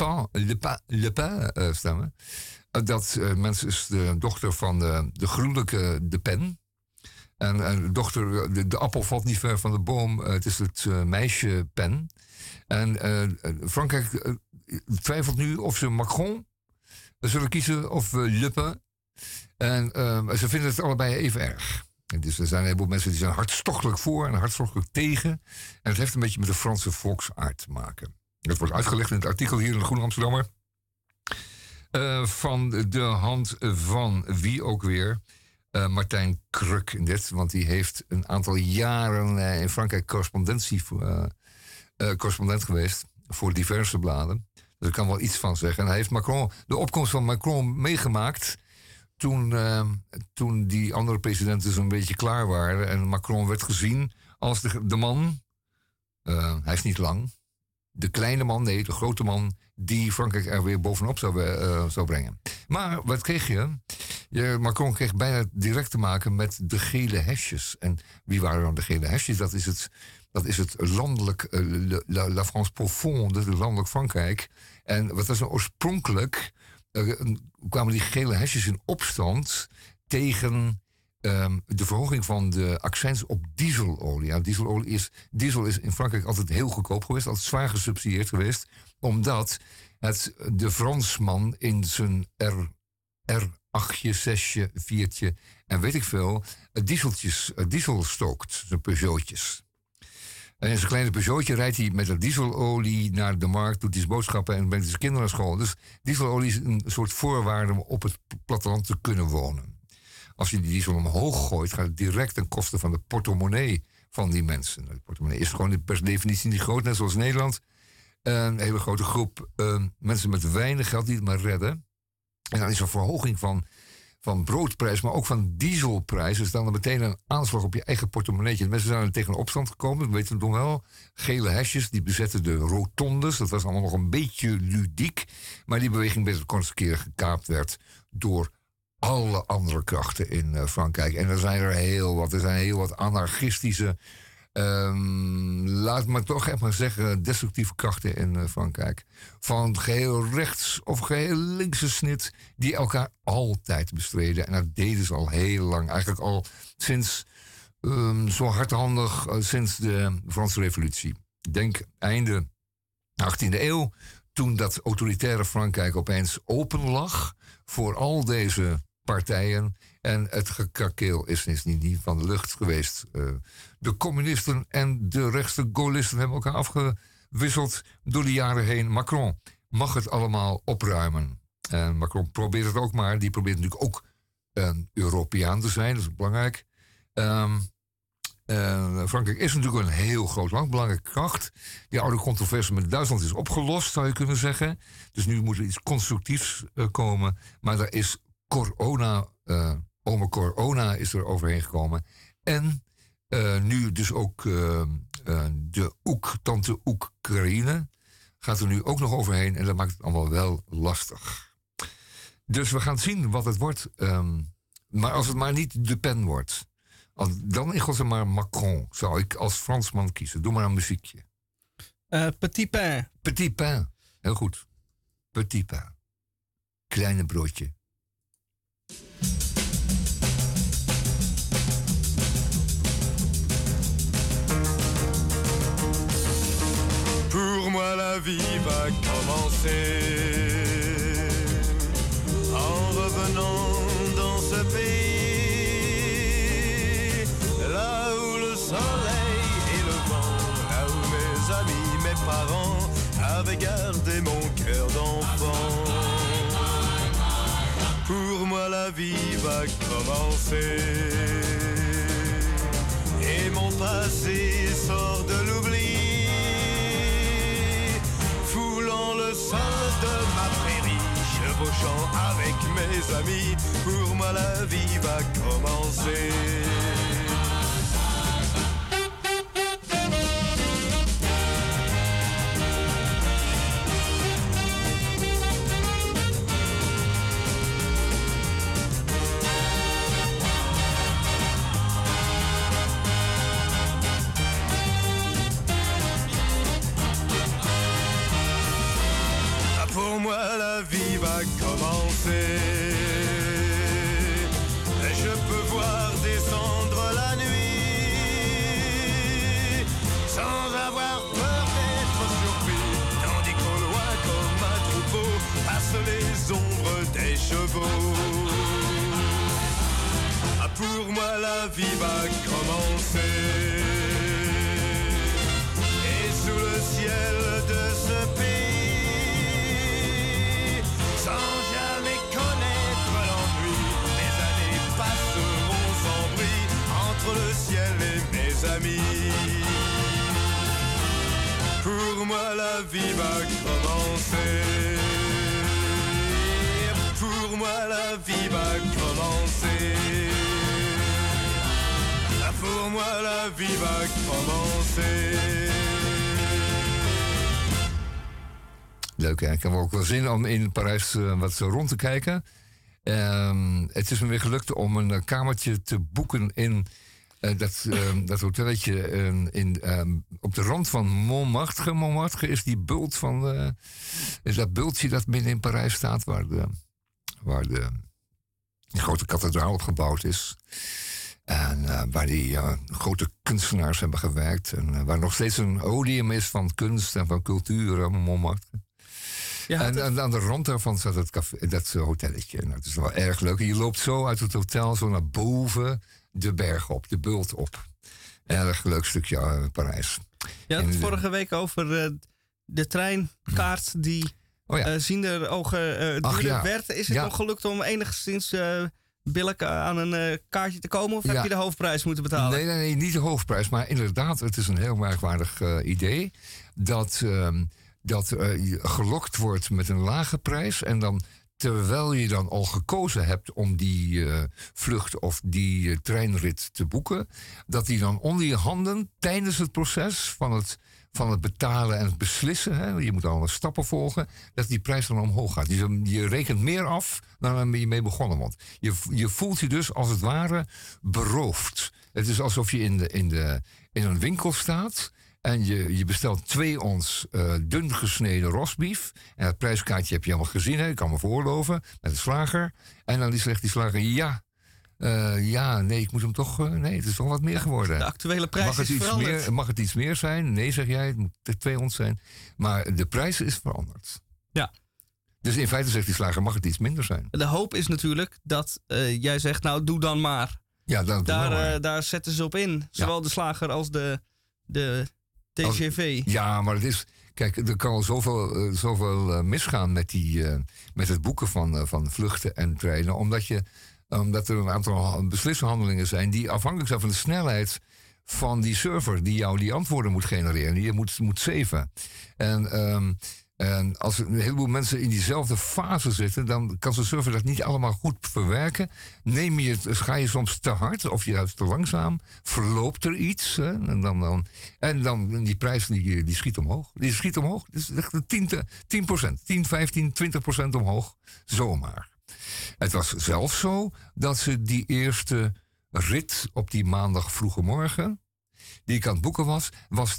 Le Pen stemmen? Dat mens is de dochter van de groenlijke De Pen. En de appel valt niet ver van de boom. Het is het meisje Pen. En Frankrijk twijfelt nu of ze Macron zullen kiezen of Le Pen. En ze vinden het allebei even erg. En dus er zijn een heleboel mensen die zijn hartstochtelijk voor en hartstochtelijk tegen. En het heeft een beetje met de Franse volksaard te maken. Dat wordt uitgelegd in het artikel hier in de Groene Amsterdammer. Van de hand van wie ook weer? Martijn Kruk. Want die heeft een aantal jaren in Frankrijk correspondent geweest voor diverse bladen. Dus ik kan wel iets van zeggen. En hij heeft de opkomst van Macron meegemaakt toen die andere presidenten zo'n beetje klaar waren. En Macron werd gezien als de man, hij is niet lang, de kleine man, nee, de grote man die Frankrijk er weer bovenop zou brengen. Maar wat kreeg je? Macron kreeg bijna direct te maken met de gele hesjes. En wie waren dan de gele hesjes? Dat is het landelijk, la France profonde, het landelijk Frankrijk. En wat was nou oorspronkelijk? Kwamen die gele hesjes in opstand tegen de verhoging van de accijns op dieselolie. Ja, diesel is in Frankrijk altijd heel goedkoop geweest, altijd zwaar gesubsidieerd geweest, omdat de Fransman in zijn R8'tje, 6'tje, 4'tje en weet ik veel, diesel stookt, zijn Peugeotjes. En in zijn kleine Peugeotje rijdt hij met de dieselolie naar de markt, doet hij zijn boodschappen en brengt zijn kinderen naar school. Dus dieselolie is een soort voorwaarde om op het platteland te kunnen wonen. Als je die diesel omhoog gooit, gaat het direct ten koste van de portemonnee van die mensen. De portemonnee is gewoon per definitie niet groot, net zoals Nederland. Een hele grote groep mensen met weinig geld die het maar redden. En dan is er verhoging van broodprijs, maar ook van dieselprijs. Dus dan meteen een aanslag op je eigen portemonneetje. De mensen zijn er tegen opstand gekomen, dat weten we nog wel. Gele hesjes, die bezetten de rotondes. Dat was allemaal nog een beetje ludiek. Maar die beweging best een keer gekaapt werd door alle andere krachten in Frankrijk. En er zijn er heel wat. Er zijn heel wat anarchistische, laat maar toch even zeggen, destructieve krachten in Frankrijk. Van geheel rechts of geheel linkse snit, die elkaar altijd bestreden. En dat deden ze al heel lang. Eigenlijk al sinds, zo hardhandig, sinds de Franse Revolutie. Denk einde 18e eeuw, toen dat autoritaire Frankrijk opeens open lag voor al deze partijen. En het gekrakeel is niet van de lucht geweest. De communisten en de rechtse gaullisten hebben elkaar afgewisseld door de jaren heen. Macron mag het allemaal opruimen. En Macron probeert het ook maar. Die probeert natuurlijk ook een Europeaan te zijn. Dat is belangrijk. Frankrijk is natuurlijk een heel groot land, belangrijke kracht. Die oude controverse met Duitsland is opgelost, zou je kunnen zeggen. Dus nu moet er iets constructiefs komen. Maar er is corona, ome corona is er overheen gekomen. En nu dus ook tante Oekraïne gaat er nu ook nog overheen. En dat maakt het allemaal wel lastig. Dus we gaan zien wat het wordt. Maar als het maar niet de Pen wordt, dan is het maar Macron, zou ik als Fransman kiezen. Doe maar een muziekje. Petit pain. Petit pain. Heel goed. Petit pain. Kleine broodje. Pour moi la vie va commencer en revenant dans ce pays, là où le soleil et le vent, là où mes amis, mes parents avaient gardé mon cœur d'enfant. Pour moi la vie va commencer et mon passé sort de l'oubli, foulant le sol de ma prairie, chevauchant avec mes amis. Pour moi la vie va commencer. Pour moi la vie va commencer. Je peux voir descendre la nuit sans avoir peur d'être surpris, tandis qu'au loin comme un troupeau passent les ombres des chevaux. Pour moi la la vie va commencer. Et sous le ciel de ce pays, sans jamais connaître l'ennui, mes années passeront sans bruit entre le ciel et mes amis. Pour moi la vie va commencer. Pour moi la vie va commencer. Pour moi la vie va commencer. Leuk, hè? Ik heb ook wel zin om in Parijs wat rond te kijken. Het is me weer gelukt om een kamertje te boeken in dat hotelletje op de rand van Montmartre. Montmartre is die bult van... is dat bultje dat midden in Parijs staat, waar de grote kathedraal op gebouwd is. En waar die grote kunstenaars hebben gewerkt. En waar nog steeds een odium is van kunst en van cultuur, Montmartre. Ja, en aan de rand daarvan staat het café, dat hotelletje. Nou, het is wel erg leuk. En je loopt zo uit het hotel zo naar boven de berg op, de bult op. Erg leuk stukje Parijs. Je had het vorige week over de treinkaart die ziender ogen duurder werd. Is het nog gelukt om enigszins billig aan een kaartje te komen? Of heb je de hoofdprijs moeten betalen? Nee, niet de hoofdprijs. Maar inderdaad, het is een heel merkwaardig idee. Dat gelokt wordt met een lage prijs. En dan, terwijl je dan al gekozen hebt om die vlucht of die treinrit te boeken, dat die dan onder je handen tijdens het proces van het betalen en het beslissen, hè, je moet alle stappen volgen, dat die prijs dan omhoog gaat. Je rekent meer af dan je mee begonnen wordt. Je voelt je dus als het ware beroofd. Het is alsof je in een winkel staat en je bestelt 2 ons dun gesneden rosbief. En het prijskaartje heb je allemaal gezien, hè? Ik kan me voorloven, met de slager. En dan zegt die slager, ik moet hem toch... nee, het is toch wat meer geworden. De actuele prijs is veranderd. Mag het iets meer zijn? Nee, zeg jij, het moet 2 ons zijn. Maar de prijs is veranderd. Ja. Dus in feite zegt die slager, mag het iets minder zijn? De hoop is natuurlijk dat jij zegt, nou, doe dan maar. Ja, daar zetten ze op in. Zowel de slager als de TGV. Maar het is... Kijk, er kan al zoveel misgaan met het boeken van vluchten en treinen. Omdat er een aantal beslissenhandelingen zijn die afhankelijk zijn van de snelheid van die server die jou die antwoorden moet genereren. Die je moet saven. En als een heleboel mensen in diezelfde fase zitten, dan kan zo'n server dat niet allemaal goed verwerken. Ga je soms te hard of juist te langzaam? Verloopt er iets? Hè? En dan die prijs die schiet omhoog. Die schiet omhoog. Dat is echt 10%, 10, 15, 20% omhoog. Zomaar. Het was zelfs zo dat ze die eerste rit op die maandag vroege morgen, die ik aan het boeken was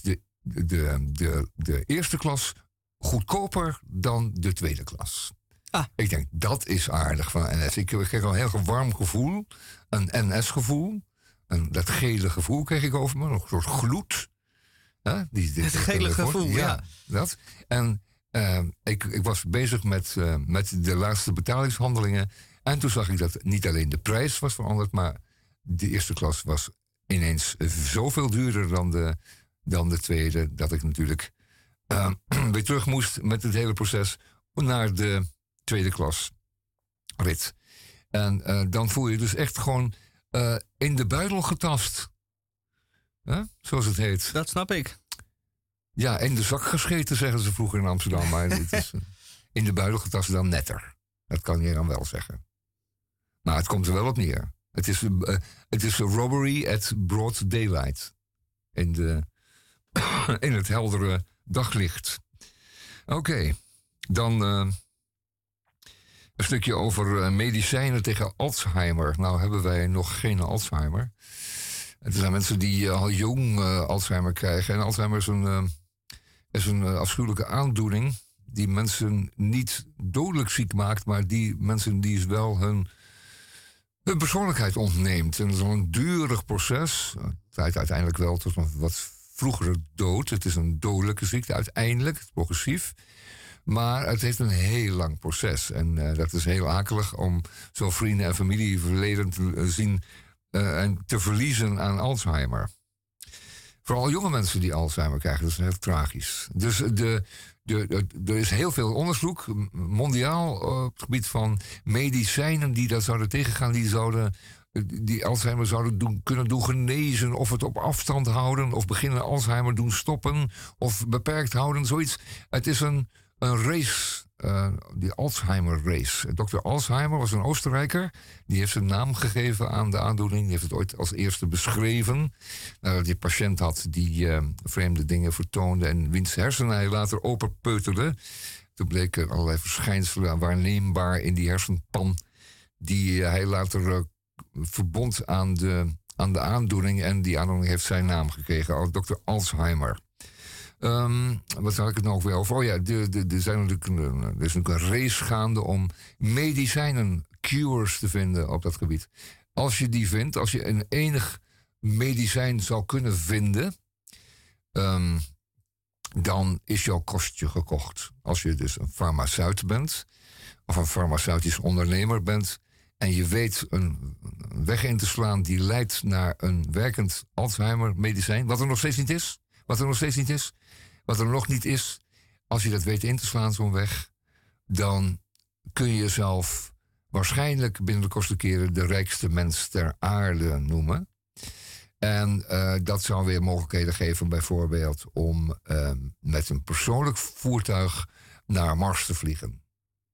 de eerste klas goedkoper dan de tweede klas. Ik denk, dat is aardig van NS. Ik kreeg al een heel warm gevoel, een NS-gevoel. Dat gele gevoel kreeg ik over me, een soort gloed. Het gele gevoel, ja. Dat. En ik was bezig met de laatste betalingshandelingen. En toen zag ik dat niet alleen de prijs was veranderd, maar de eerste klas was ineens zoveel duurder dan de tweede, dat ik natuurlijk weer terug moest met het hele proces naar de tweede klas rit. En dan voel je dus echt gewoon in de buidel getast. Zoals het heet. Dat snap ik. Ja, in de zak gescheten, zeggen ze vroeger in Amsterdam. Maar het is in de buidel getast dan netter. Dat kan je dan wel zeggen. Maar het komt er wel op neer. Het is robbery at broad daylight. In het heldere daglicht. Oké, dan een stukje over medicijnen tegen Alzheimer. Nou hebben wij nog geen Alzheimer. Er zijn mensen die al jong Alzheimer krijgen. En Alzheimer is een afschuwelijke aandoening die mensen niet dodelijk ziek maakt, maar die mensen die wel hun persoonlijkheid ontneemt. En dat is een duurig proces. Het leidt uiteindelijk wel tot een wat vroegere dood. Het is een dodelijke ziekte uiteindelijk, progressief. Maar het heeft een heel lang proces. En dat is heel akelig om zo'n vrienden en familie verleden te zien en te verliezen aan Alzheimer. Vooral jonge mensen die Alzheimer krijgen, dat is heel tragisch. Dus er is heel veel onderzoek, mondiaal, op het gebied van medicijnen die dat zouden tegengaan, die Alzheimer zouden kunnen doen genezen, of het op afstand houden, of beginnen Alzheimer doen stoppen, of beperkt houden, zoiets. Het is een race, die Alzheimer race. Dr. Alzheimer was een Oostenrijker, die heeft zijn naam gegeven aan de aandoening, die heeft het ooit als eerste beschreven. Nadat die patiënt had die vreemde dingen vertoonde en wiens hersenen hij later openpeuterde. Toen bleken allerlei verschijnselen waarneembaar in die hersenpan, die hij later verbond aan de aandoening, en die aandoening heeft zijn naam gekregen als Dr. Alzheimer. Wat had ik het nou ook weer over? Oh ja, er is natuurlijk een race gaande om medicijnen, cures te vinden op dat gebied. Als je die vindt, als je een enig medicijn zou kunnen vinden, dan is jouw kostje gekocht. Als je dus een farmaceut bent, of een farmaceutisch ondernemer bent, en je weet een weg in te slaan die leidt naar een werkend Alzheimer-medicijn, wat er nog steeds niet is, wat er nog niet is, als je dat weet in te slaan, zo'n weg, dan kun je jezelf waarschijnlijk binnen de kortste keren de rijkste mens ter aarde noemen. En dat zou weer mogelijkheden geven, bijvoorbeeld, om met een persoonlijk voertuig naar Mars te vliegen.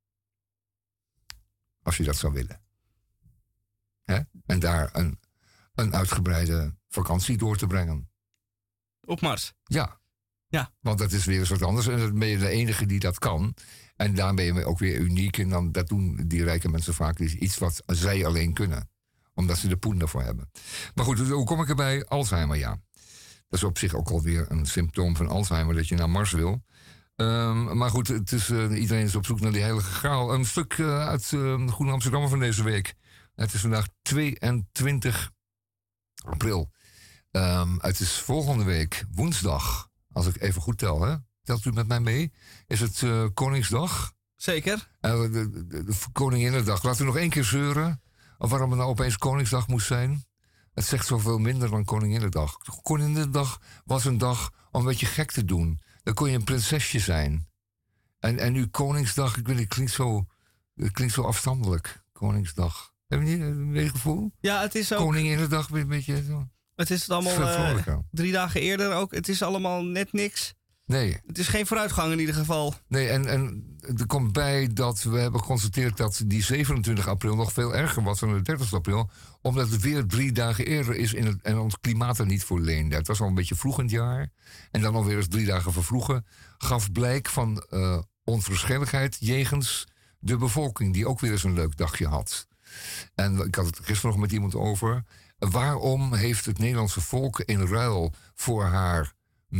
Als je dat zou willen. Hè? En daar een uitgebreide vakantie door te brengen. Op Mars? Ja. Ja. Want dat is weer eens wat anders. En dan ben je de enige die dat kan. En daar ben je ook weer uniek. En dan, dat doen die rijke mensen vaak iets wat zij alleen kunnen. Omdat ze de poen daarvoor hebben. Maar goed, dus hoe kom ik erbij? Alzheimer, ja. Dat is op zich ook alweer een symptoom van Alzheimer, dat je naar Mars wil. Maar goed, het is, iedereen is op zoek naar die heilige graal. Een stuk uit Groene Amsterdammer van deze week. Het is vandaag 22 april. Het is volgende week, woensdag, als ik even goed tel, hè? Telt u met mij mee? Is het Koningsdag? Zeker. De Koninginnedag. Laten we nog één keer zeuren. Of waarom het nou opeens Koningsdag moest zijn. Het zegt zoveel minder dan Koninginnedag. Koninginnedag was een dag om een beetje gek te doen. Dan kon je een prinsesje zijn. En nu Koningsdag, ik weet, het klinkt zo afstandelijk. Koningsdag. Heb je niet een gevoel? Ja, het is ook... Koninginnedag, een beetje zo. Het is allemaal 3 dagen eerder ook. Het is allemaal net niks. Nee. Het is geen vooruitgang in ieder geval. Nee, en er komt bij dat we hebben geconstateerd dat die 27 april nog veel erger was dan de 30 april. Omdat het weer 3 dagen eerder is en ons klimaat er niet voor leende. Het was al een beetje vroeg in het jaar. En dan alweer eens 3 dagen vervroegen. Gaf blijk van onverschilligheid jegens de bevolking, die ook weer eens een leuk dagje had. En ik had het gisteren nog met iemand over. Waarom heeft het Nederlandse volk in ruil voor haar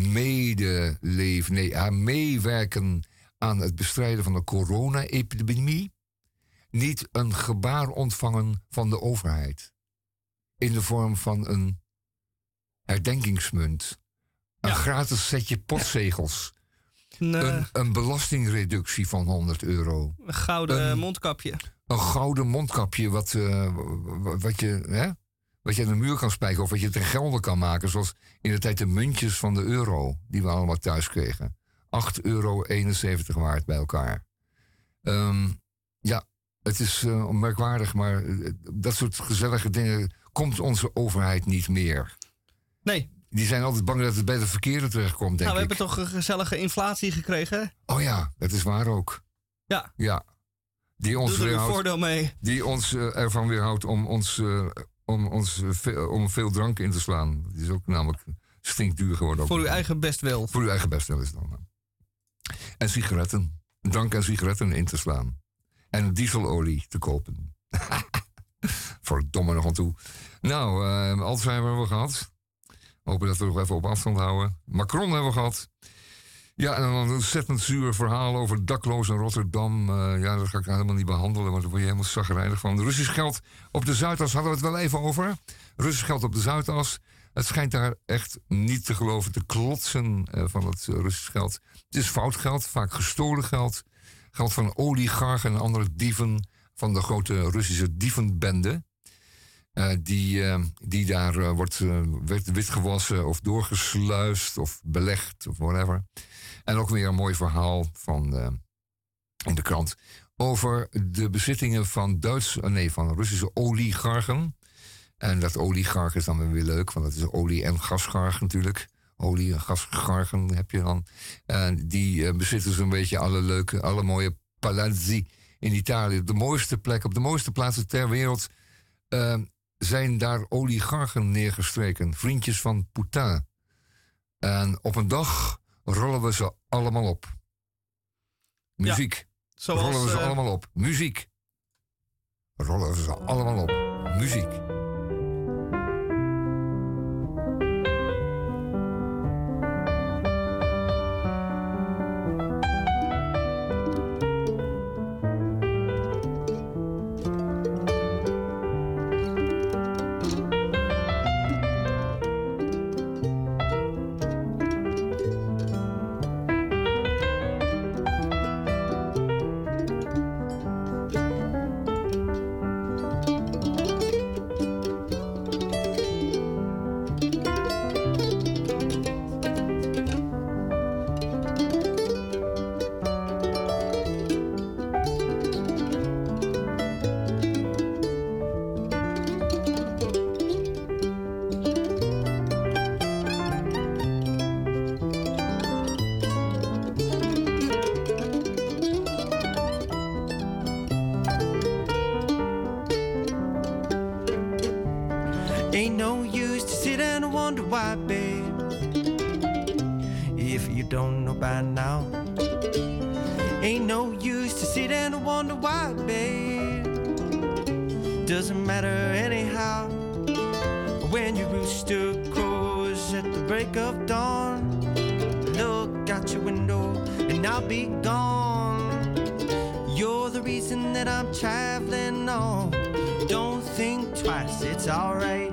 haar meewerken aan het bestrijden van de corona-epidemie niet een gebaar ontvangen van de overheid? In de vorm van een herdenkingsmunt. Een gratis setje postzegels. Een belastingreductie van €100. Een gouden mondkapje. Een gouden mondkapje wat je aan de muur kan spijken of wat je ten gelde kan maken. Zoals in de tijd de muntjes van de euro die we allemaal thuis kregen. €8,71 waard bij elkaar. Ja, het is onmerkwaardig, maar dat soort gezellige dingen komt onze overheid niet meer. Nee. Die zijn altijd bang dat het bij de verkeerde terechtkomt, denk ik. We hebben toch een gezellige inflatie gekregen? Oh ja, dat is waar ook. Ja. Ja. Die ons doe er een voordeel mee. Die ons ervan weerhoudt om veel drank in te slaan. Het is ook namelijk stinkduur geworden. Voor uw eigen bestwil. Voor uw eigen bestwil is het dan. En sigaretten. Drank en sigaretten in te slaan. En dieselolie te kopen. Verdomme nog aan toe. Nou, Alzheimer hebben we gehad. Hopen dat we nog even op afstand houden. Macron hebben we gehad. Ja, en dan een ontzettend zuur verhaal over daklozen in Rotterdam. Ja, dat ga ik helemaal niet behandelen, want daar word je helemaal chagrijnig van. Russisch geld op de Zuidas hadden we het wel even over. Russisch geld op de Zuidas. Het schijnt daar echt niet te geloven te klotsen van het Russisch geld. Het is fout geld, vaak gestolen geld. Geld van oligarchen en andere dieven van de grote Russische dievenbende. Die daar werd witgewassen of doorgesluist of belegd of whatever. En ook weer een mooi verhaal in de krant over de bezittingen van Russische oligarchen. En dat oligarch is dan weer leuk, want dat is olie- en gasgarch natuurlijk. Olie- en gasgarchen heb je dan. En die bezitten zo'n beetje alle mooie palazzi in Italië. Op de mooiste plaatsen ter wereld zijn daar oligarchen neergestreken. Vriendjes van Poutin. En op een dag rollen we ze allemaal op. Muziek. Ja, zoals, rollen we ze allemaal op. Muziek. Rollen we ze allemaal op. Muziek. Ain't no use to sit and wonder why, babe, if you don't know by now. Ain't no use to sit and wonder why, babe, doesn't matter anyhow. When your rooster crows at the break of dawn, look out your window and I'll be gone. You're the reason that I'm traveling on. Don't think twice, it's alright.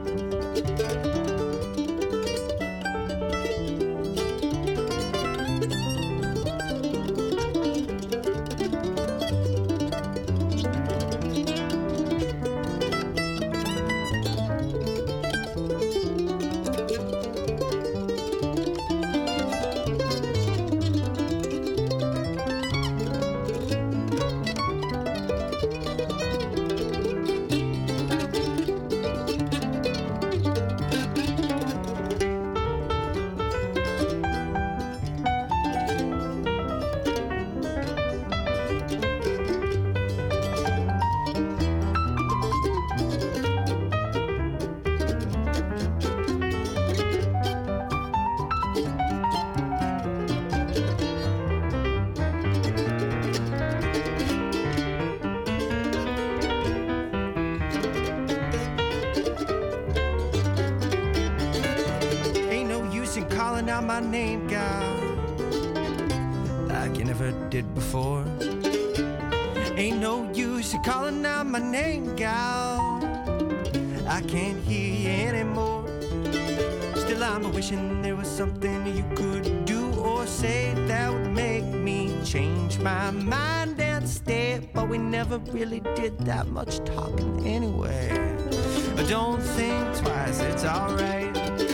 My name, gal, like you never did before. Ain't no use in calling out my name, gal, I can't hear you anymore. Still I'm wishing there was something you could do or say that would make me change my mind and stay. But we never really did that much talking anyway. Don't think twice, it's alright.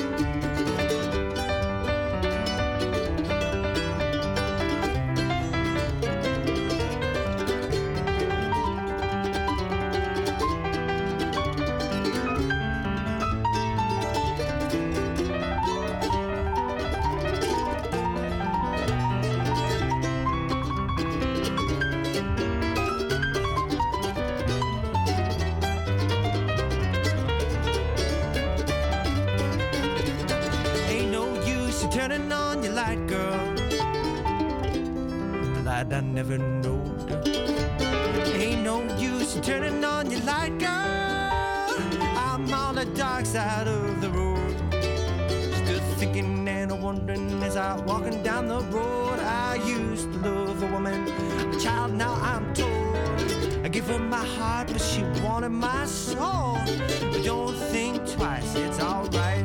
I never knowed. Ain't no use in turning on your light, girl. I'm on the dark side of the road. Still thinking and wondering as I'm walking down the road. I used to love a woman, a child, now I'm told. I give her my heart, but she wanted my soul. But don't think twice, it's alright.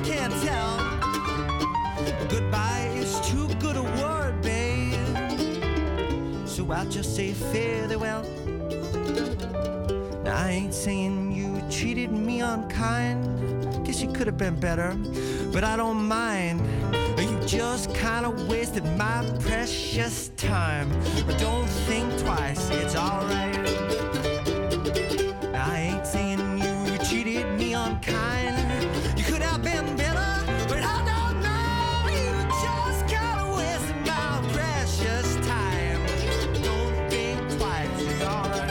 can't tell. Goodbye is too good a word, babe. So I'll just say farewell. Now, I ain't saying you treated me unkind. Guess you could have been better, but I don't mind. You just kind of wasted my precious time. But don't think twice, it's alright. I ain't saying you treated me unkind. You could have been better, but I don't know. You just kind of wasted my precious time. Don't think twice, it's alright.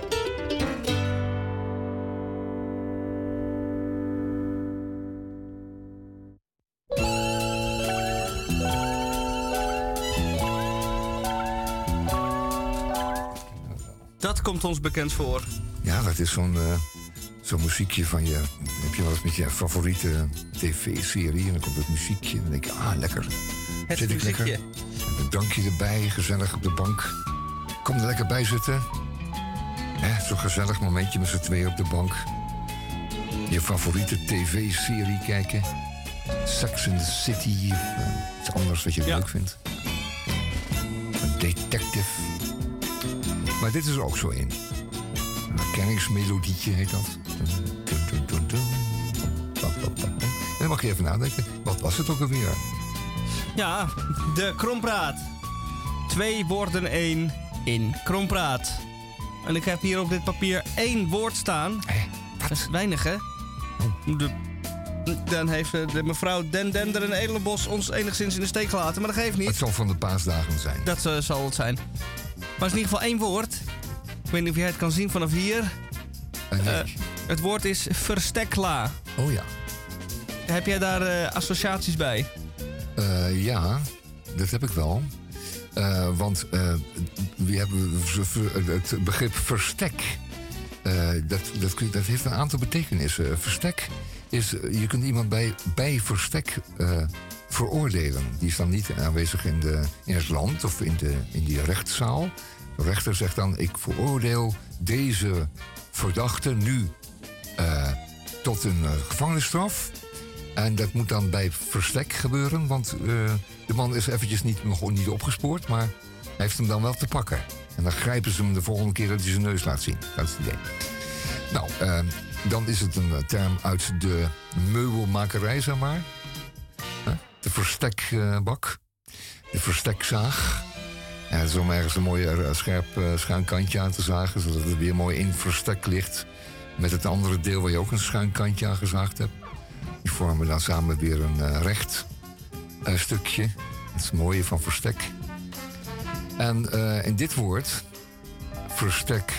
Dat komt ons bekend voor. Ja, dat is zo'n muziekje van je... Heb je wel eens met je favoriete tv-serie en dan komt het muziekje. En dan denk je, lekker. Het Zit ik muziekje. lekker. En een drankje erbij, gezellig op de bank. Kom er lekker bij zitten. Zo'n gezellig momentje met z'n tweeën op de bank. Je favoriete tv-serie kijken. Sex and the City. Of iets anders wat je leuk vindt. Een detective. Maar dit is er ook zo in. Een herkenningsmelodietje heet dat. En dan mag je even nadenken. Wat was het ook alweer? Ja, de Krompraat. 2 worden 1 in Krompraat. En ik heb hier op dit papier 1 woord staan. Dat is weinig, hè? Dan heeft de mevrouw Den Dender en Edelenbos ons enigszins in de steek gelaten. Maar dat geeft niet. Het zal van de paasdagen zijn. Dat zal het zijn. Maar het is in ieder geval 1 woord. Ik weet niet of jij het kan zien vanaf hier. Nee. Het woord is verstekla. Oh ja. Heb jij daar associaties bij? Ja, dat heb ik wel. Want we hebben het begrip verstek. Dat heeft een aantal betekenissen. Verstek is, je kunt iemand bij verstek veroordelen. Die is dan niet aanwezig in het land of in die rechtszaal. De rechter zegt dan, ik veroordeel deze verdachte nu tot een gevangenisstraf. En dat moet dan bij verstek gebeuren, want de man is eventjes nog niet opgespoord, maar hij heeft hem dan wel te pakken. En dan grijpen ze hem de volgende keer dat hij zijn neus laat zien. Dat is het idee. Nou, dan is het een term uit de meubelmakerij, zeg maar. De verstekbak. De verstekzaag. En het is om ergens een mooi scherp schuin kantje aan te zagen, zodat het weer mooi in verstek ligt. Met het andere deel waar je ook een schuin kantje aan gezaagd hebt. Die vormen dan samen weer een recht stukje. Dat is het mooie van verstek. En in dit woord, verstek.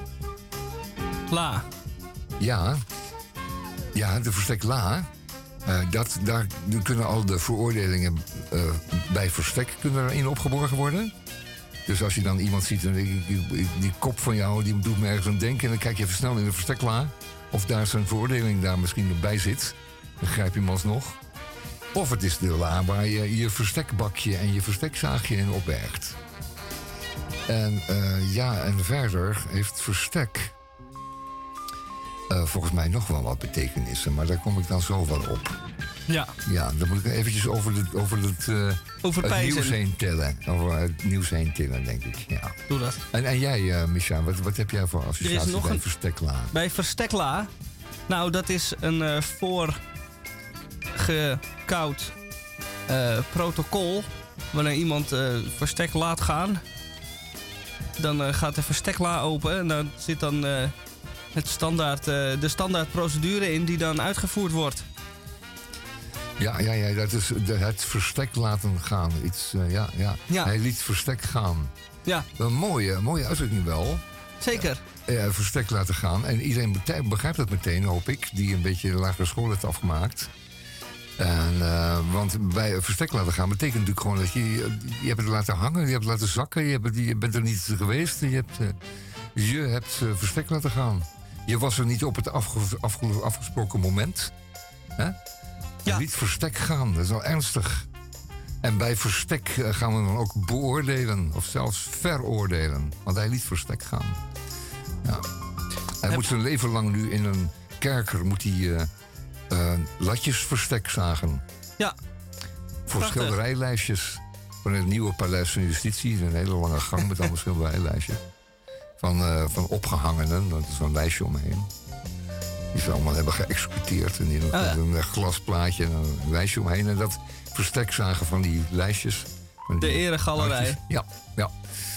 La. Ja, de verstek la. Daar kunnen al de veroordelingen bij verstek erin opgeborgen worden. Dus als je dan iemand ziet en die kop van jou, die doet me ergens aan denken. En dan kijk je even snel in de verstekla. Of daar zijn veroordeling daar misschien nog bij zit. Dan grijp je hem alsnog. Of het is de la waar je je verstekbakje en je verstekzaagje in opbergt. En en verder heeft verstek volgens mij nog wel wat betekenissen. Maar daar kom ik dan zo wel op. Ja. Ja, dan moet ik eventjes over het nieuws heen tellen. Over het nieuws heen tillen, denk ik. Ja. Doe dat. En jij, Micha, wat heb jij voor associatie bij verstekla? Bij verstekla? Nou, dat is een voorgekoud protocol. Wanneer iemand verstek laat gaan, dan gaat de verstekla open. En daar zit dan de standaard procedure in die dan uitgevoerd wordt. Ja, dat is het verstek laten gaan. Iets, ja. Hij liet verstek gaan. Ja. Een mooie uitdrukking wel. Zeker. Verstek laten gaan. En iedereen begrijpt dat meteen, hoop ik, die een beetje de lagere school heeft afgemaakt. En, want bij verstek laten gaan betekent natuurlijk gewoon dat je hebt het laten hangen, je hebt het laten zakken, je bent er niet geweest. Je hebt verstek laten gaan. Je was er niet op het afgesproken moment. Hè? Ja. Niet verstek gaan, dat is wel ernstig. En bij verstek gaan we dan ook beoordelen, of zelfs veroordelen. Want hij liet verstek gaan. Ja. Hij moet zijn leven lang nu in een kerker, moet hij latjesverstekzagen. Ja. Voor prachtig. schilderijlijstjes van het nieuwe Paleis van Justitie. Een hele lange gang met allemaal schilderijlijstjes. Van opgehangenen, dat is zo'n lijstje omheen. Die ze allemaal hebben geëxecuteerd. En die een glasplaatje en een lijstje omheen. En dat verstekzagen van die lijstjes. Van De die eregalerij. lijstjes. Ja.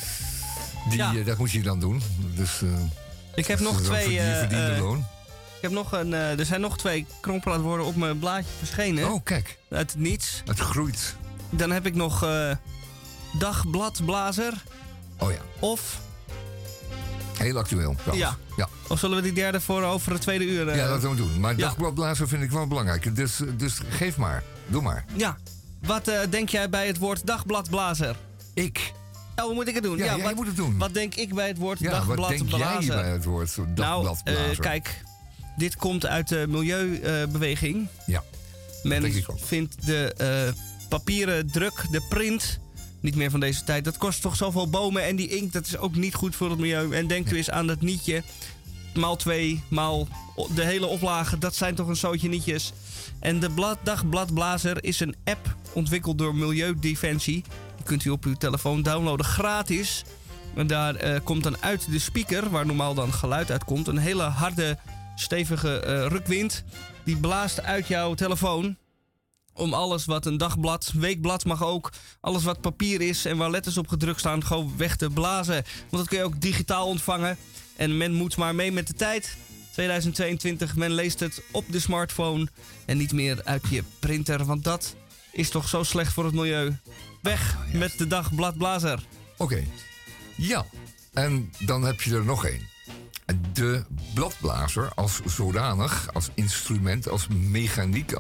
Dat moet je dan doen. Dus, ik heb nog dat is dan twee... verdiende loon. Ik heb nog er zijn nog 2 krompraatwoorden op mijn blaadje verschenen. Oh, kijk. Uit het niets. Het groeit. Dan heb ik nog dagbladblazer. Oh ja. Of... Heel actueel. Ja. Of zullen we die derde voor over het tweede uur... Ja, dat gaan we doen. Maar dagbladblazer vind ik wel belangrijk. Dus geef maar. Doe maar. Ja. Wat denk jij bij het woord dagbladblazer? Ik. Oh, hoe moet ik het doen? Ja, jij moet het doen. Wat denk ik bij het woord Wat dagbladblazer? denk jij bij het woord dagbladblazer? Kijk. Dit komt uit de milieubeweging. Ja. Men vindt de papieren druk, de print... niet meer van deze tijd. Dat kost toch zoveel bomen en die inkt, dat is ook niet goed voor het milieu. En denk u eens aan dat nietje. Maal 2, maal de hele oplage. Dat zijn toch een zootje nietjes. En de dagbladblazer is een app ontwikkeld door Milieudefensie. Die kunt u op uw telefoon downloaden, gratis. En daar komt dan uit de speaker, waar normaal dan geluid uitkomt... een hele harde, stevige rukwind. Die blaast uit jouw telefoon... om alles wat een dagblad, weekblad mag ook... alles wat papier is en waar letters op gedrukt staan... gewoon weg te blazen. Want dat kun je ook digitaal ontvangen. En men moet maar mee met de tijd. 2022, men leest het op de smartphone... en niet meer uit je printer. Want dat is toch zo slecht voor het milieu. Weg met de dagbladblazer. Oké. Ja, en dan heb je er nog één. De bladblazer als zodanig, als instrument, als mechaniek,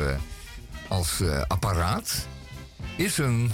als apparaat... is een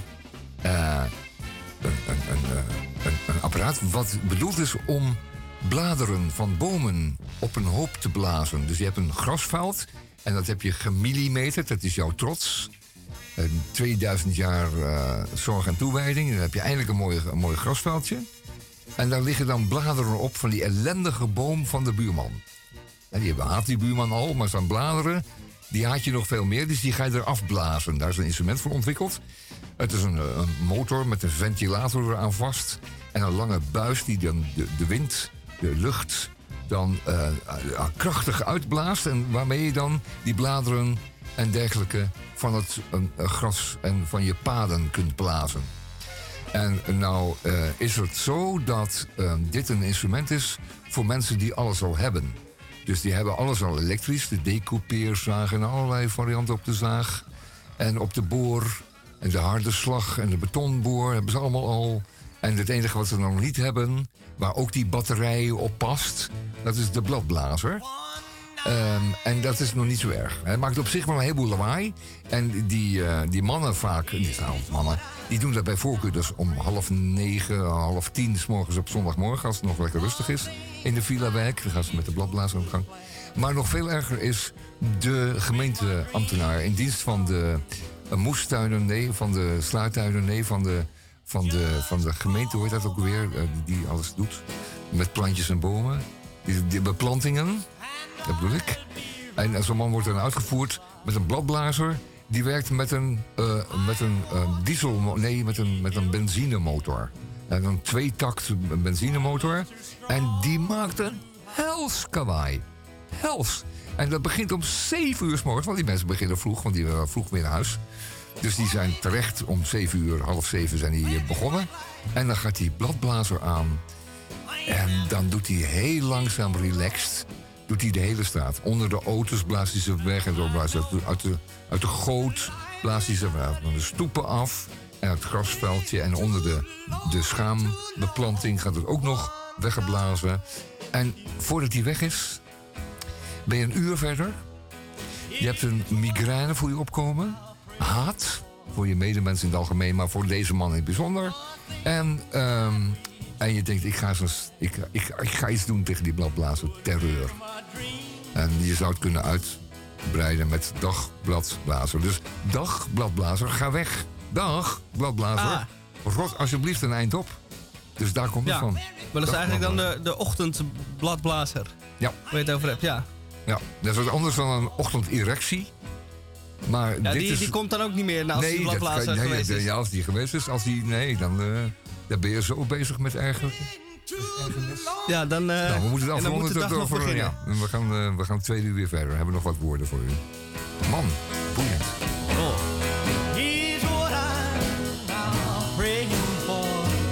apparaat wat bedoeld is om bladeren van bomen op een hoop te blazen. Dus je hebt een grasveld en dat heb je gemillimeterd, dat is jouw trots... 2000 jaar zorg en toewijding. Dan heb je eindelijk een mooi grasveldje. En daar liggen dan bladeren op van die ellendige boom van de buurman. En die haat die buurman al, maar zijn bladeren... die haat je nog veel meer, dus die ga je eraf blazen. Daar is een instrument voor ontwikkeld. Het is een motor met een ventilator eraan vast. En een lange buis die dan de wind, de lucht... dan krachtig uitblaast. En waarmee je dan die bladeren en dergelijke... van het gras en van je paden kunt blazen. En nou is het zo dat dit een instrument is... voor mensen die alles al hebben. Dus die hebben alles al elektrisch. De decoupeerzaag en allerlei varianten op de zaag. En op de boor. En de harde slag en de betonboor hebben ze allemaal al. En het enige wat ze nog niet hebben... waar ook die batterij op past... dat is de bladblazer. En dat is nog niet zo erg. Het maakt op zich wel een heleboel lawaai. En die mannen vaak... die doen dat bij voorkeur dus om 8:30, 9:30... 's morgens op zondagmorgen, als het nog lekker rustig is... in de villa-wijk. Dan gaan ze met de bladblazer aan de gang. Maar nog veel erger is de gemeenteambtenaar... in dienst van de moestuinen, van de sluittuinen... van de gemeente, hoe heet dat ook weer... die alles doet, met plantjes en bomen. Die beplantingen... Dat bedoel ik. En zo'n man wordt dan uitgevoerd met een bladblazer. Die werkt met een met een benzinemotor. En een 2-takt benzinemotor. En die maakt een hels kawaai. Hels. En dat begint om 7 uur 's morgens. Want die mensen beginnen vroeg, want die willen vroeg weer naar huis. Dus die zijn terecht om 7 uur, 6:30 zijn die begonnen. En dan gaat die bladblazer aan. En dan doet hij heel langzaam relaxed... doet hij de hele straat. Onder de auto's blaast hij ze weg. En uit de goot blaast hij ze weg. Van de stoepen af. En het grasveldje. En onder de schaambeplanting gaat het ook nog weggeblazen. En voordat hij weg is... ben je een uur verder. Je hebt een migraine voor je opkomen. Haat. Voor je medemensen in het algemeen. Maar voor deze man in het bijzonder. En je denkt, ik ga iets doen tegen die bladblazer. Terreur. En je zou het kunnen uitbreiden met dagbladblazer. Dus dagbladblazer, ga weg. Dag, bladblazer. Rot alsjeblieft een eind op. Dus daar komt het van. Maar dat is eigenlijk dan de ochtendbladblazer. Ja. Waar je het over hebt, ja. Ja, dat is wat anders dan een ochtenderectie. Maar Ja, dit die, is... die komt dan ook niet meer als die laatst geweest is. Ja, als die geweest is. Als die, nee, dan ben je zo bezig met eigenlijk. Ja, dan... Nou, we moeten het en dan moet de dag nog beginnen. Ja, we gaan 2 uur weer verder. We hebben nog wat woorden voor u. Man, boeiend. Oh. Here's what I'm now praying for.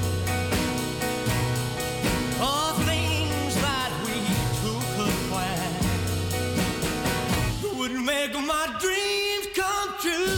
All things that we two could plan would make my dreams come true.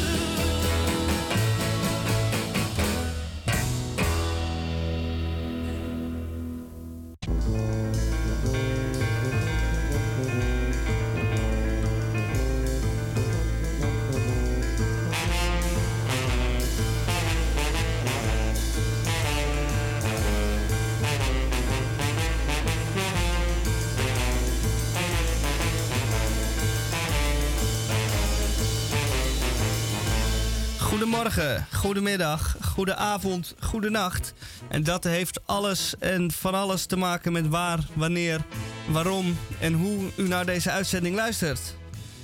Goedemorgen, goedemiddag, goedenavond, goedenacht. En dat heeft alles en van alles te maken met waar, wanneer, waarom en hoe u naar deze uitzending luistert.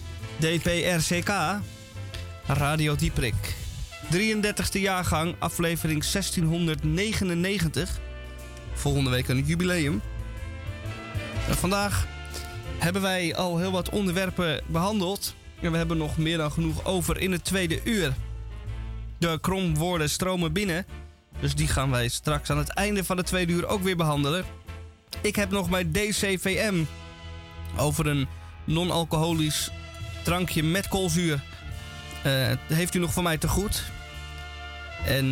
DPRCK, Radio Dieprik. 33e jaargang, aflevering 1699. Volgende week een jubileum. En vandaag hebben wij al heel wat onderwerpen behandeld. En we hebben nog meer dan genoeg over in het tweede uur. De kromwoorden stromen binnen. Dus die gaan wij straks aan het einde van de tweede uur ook weer behandelen. Ik heb nog mijn DCVM over een non-alcoholisch drankje met koolzuur. Heeft u nog van mij te goed. En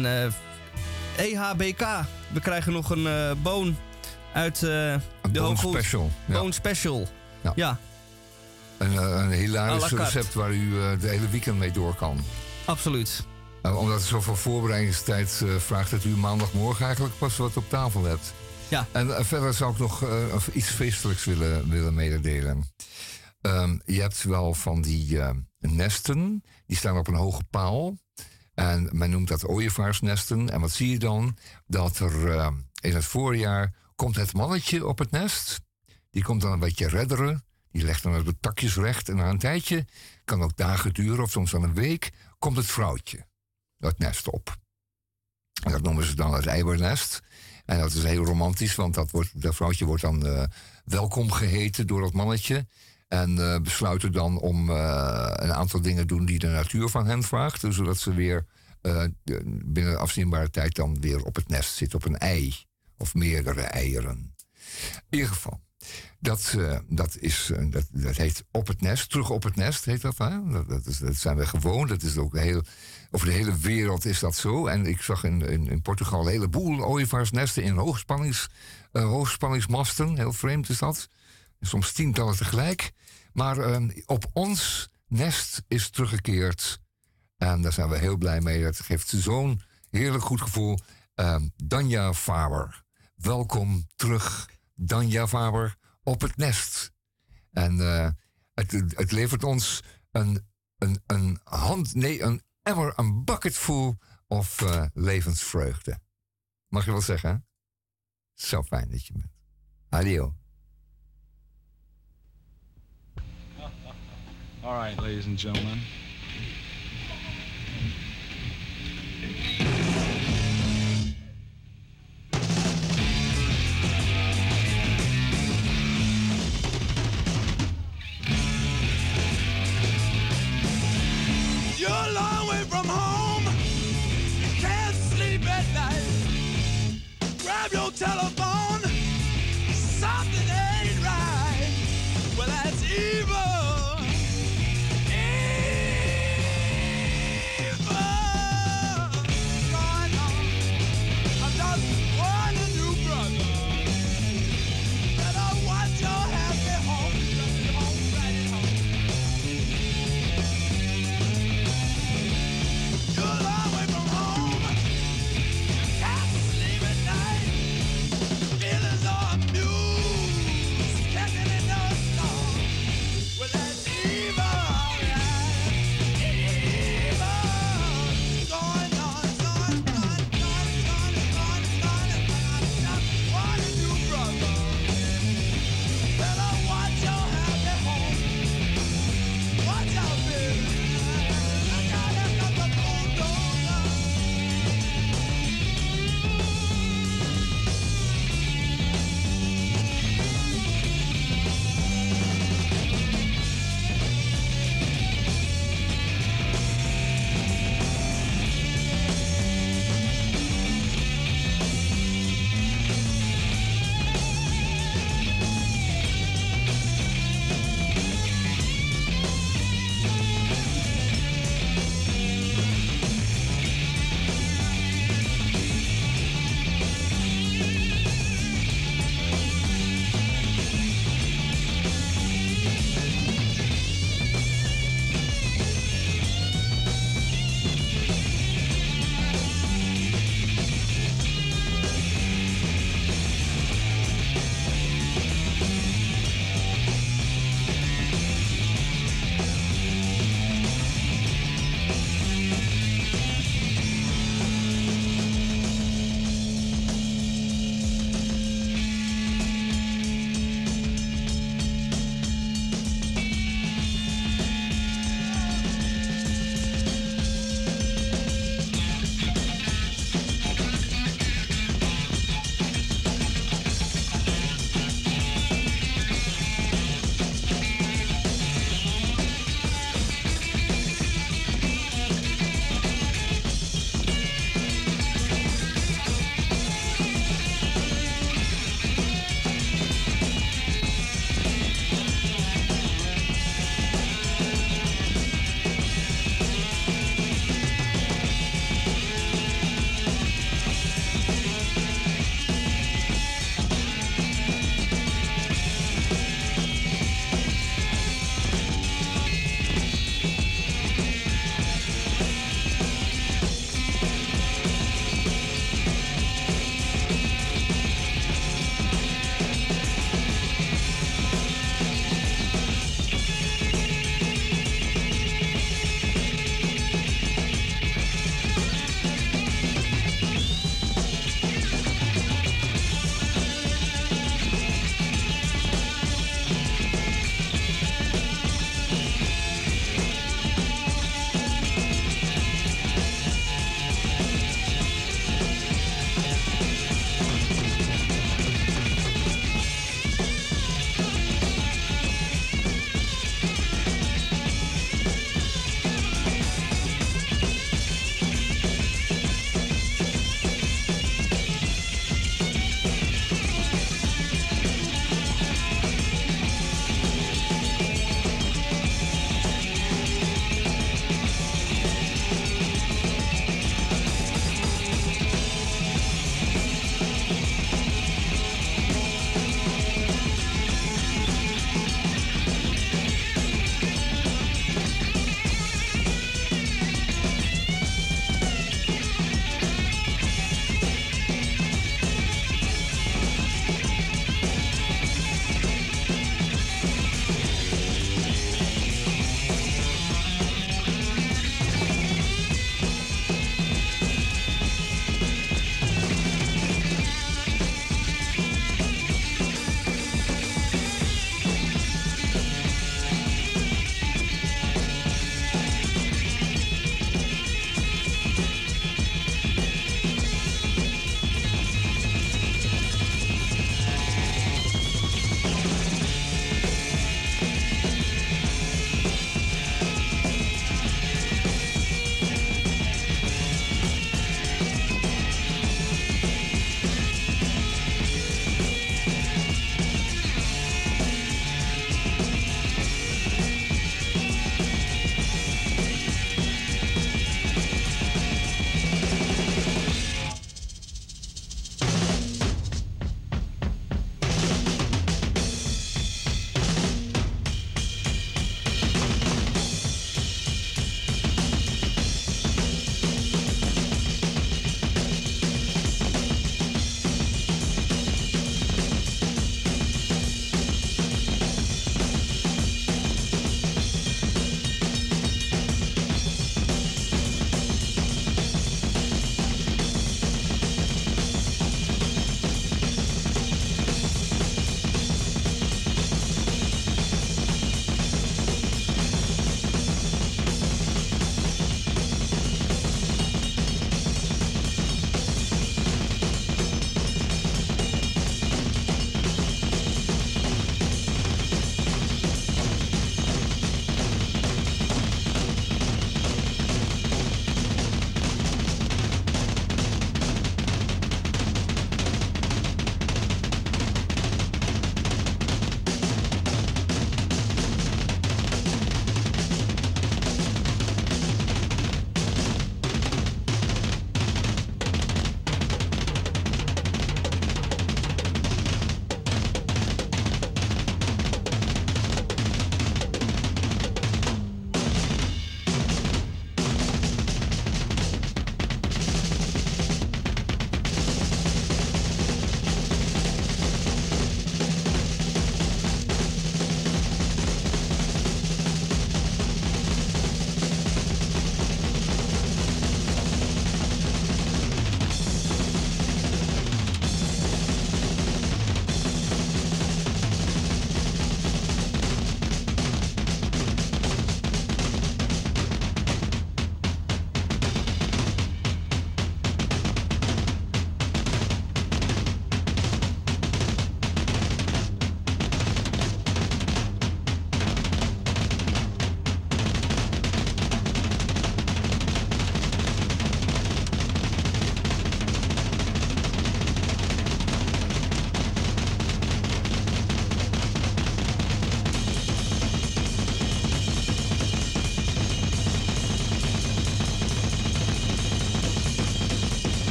EHBK. We krijgen nog een boon uit de Bone Special. Bone Special. Ja. Een hilarisch recept waar u de hele weekend mee door kan. Absoluut. Omdat het zoveel voorbereidingstijd vraagt dat u maandagmorgen eigenlijk pas wat op tafel hebt. Ja. En verder zou ik nog iets feestelijks willen mededelen. Je hebt wel van die nesten, die staan op een hoge paal. En men noemt dat ooievaarsnesten. En wat zie je dan? Dat er in het voorjaar komt het mannetje op het nest. Die komt dan een beetje redderen. Die legt dan de takjes recht. En na een tijdje, kan ook dagen duren of soms wel een week, komt het vrouwtje dat nest op. En dat noemen ze dan het eiwernest. En dat is heel romantisch, want dat vrouwtje wordt dan welkom geheten door dat mannetje. En besluiten dan om een aantal dingen te doen die de natuur van hen vraagt. Zodat ze weer binnen afzienbare tijd dan weer op het nest zitten, op een ei. Of meerdere eieren. In ieder geval. Dat heet op het nest, terug op het nest heet dat. Hè? Dat zijn we gewoon. Dat is ook over de hele wereld is dat zo. En ik zag in Portugal een heleboel ooievaarsnesten in hoogspanningsmasten. Heel vreemd is dat. Soms tientallen tegelijk. Maar op ons nest is teruggekeerd. En daar zijn we heel blij mee. Dat geeft zo'n heerlijk goed gevoel. Danja Faber. Welkom terug, Danja Faber, op het nest. En het levert ons een bucketful of levensvreugde. Mag je wel zeggen, hè? Zo fijn dat je bent. Adio. All right, ladies and gentlemen. You're a long way from home. You can't sleep at night. Grab your telephone. Something ain't right. Well, that's evil. Evil going on. I'm just warning you, brother. Better watch your happy home. Just be home right at home. You're a long way from home. You can't sleep at night.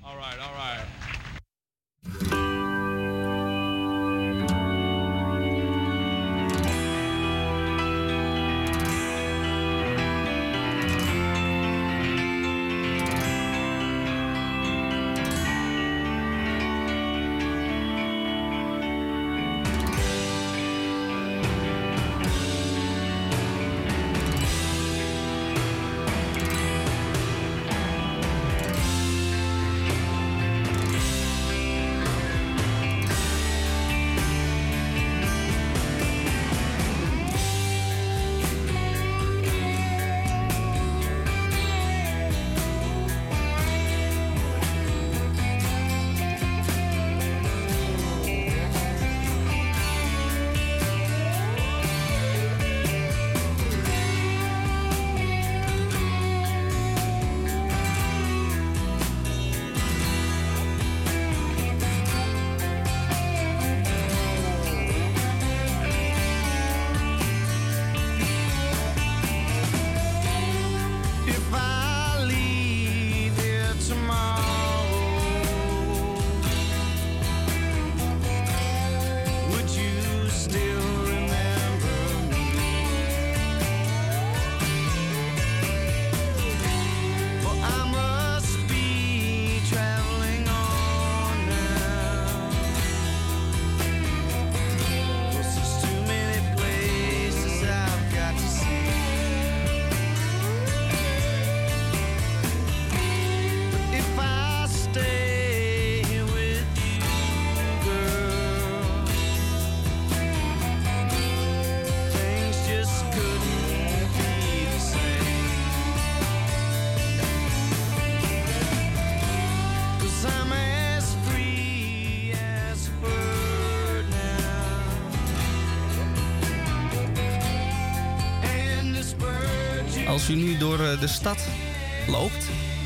All right, all right. Als u nu door de stad loopt,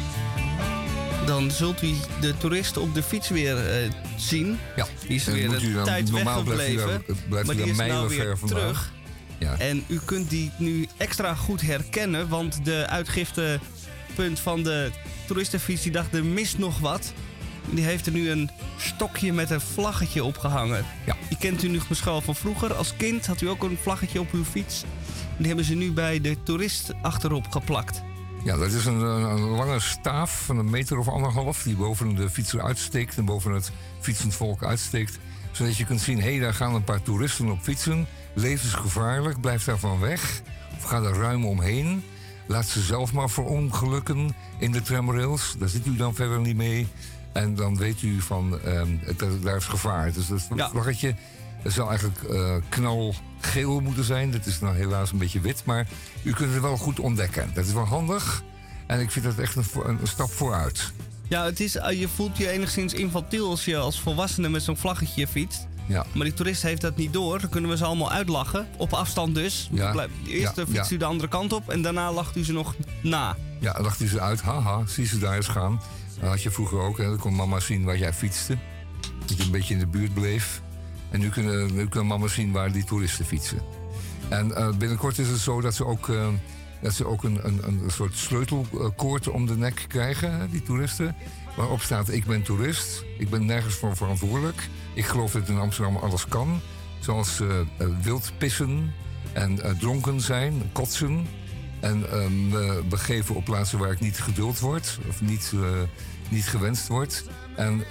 dan zult u de toeristen op de fiets weer zien. Ja. Die is En weer moet u een dan- tijd normaal weggebleven, blijft maar u die is dan nou mijlenver weer vandaan. terug. Ja. En u kunt die nu extra goed herkennen, want de uitgiftepunt van de toeristenfiets die dacht, er mist nog wat. Die heeft er nu een stokje met een vlaggetje opgehangen. Ja. Die kent u nu misschien wel van vroeger. Als kind had u ook een vlaggetje op uw fiets. Die hebben ze nu bij de toerist achterop geplakt. Ja, dat is een lange staaf van 1,5 meter die boven de fietser uitsteekt en boven het fietsend volk uitsteekt. Zodat je kunt zien, hé, daar gaan een paar toeristen op fietsen. Levensgevaarlijk, blijf daarvan weg. Of ga er ruim omheen. Laat ze zelf maar verongelukken in de tramrails. Daar zit u dan verder niet mee. En dan weet u van, daar is gevaar. Dus dat vlaggetje zou eigenlijk knalgeel moeten zijn. Dat is nou helaas een beetje wit, maar u kunt het wel goed ontdekken. Dat is wel handig. En ik vind dat echt een stap vooruit. Ja, het is, je voelt je enigszins infantiel als je als volwassene met zo'n vlaggetje fietst. Ja. Maar die toerist heeft dat niet door. Dan kunnen we ze allemaal uitlachen. Op afstand dus. Ja. Eerst fietst u de andere kant op en daarna lacht u ze nog na. Ja, lacht u ze uit. Haha, zie ze daar eens gaan. Dat had je vroeger ook. Hè. Dan kon mama zien waar jij fietste. Dat je een beetje in de buurt bleef. En nu kunnen mama zien waar die toeristen fietsen. En binnenkort is het zo dat ze ook een soort sleutelkoord om de nek krijgen, hè, die toeristen. Waarop staat, ik ben toerist. Ik ben nergens voor verantwoordelijk. Ik geloof dat in Amsterdam alles kan. Zoals wild pissen en dronken zijn, kotsen. En me begeven op plaatsen waar ik niet geduld word. Of niet gewenst word. En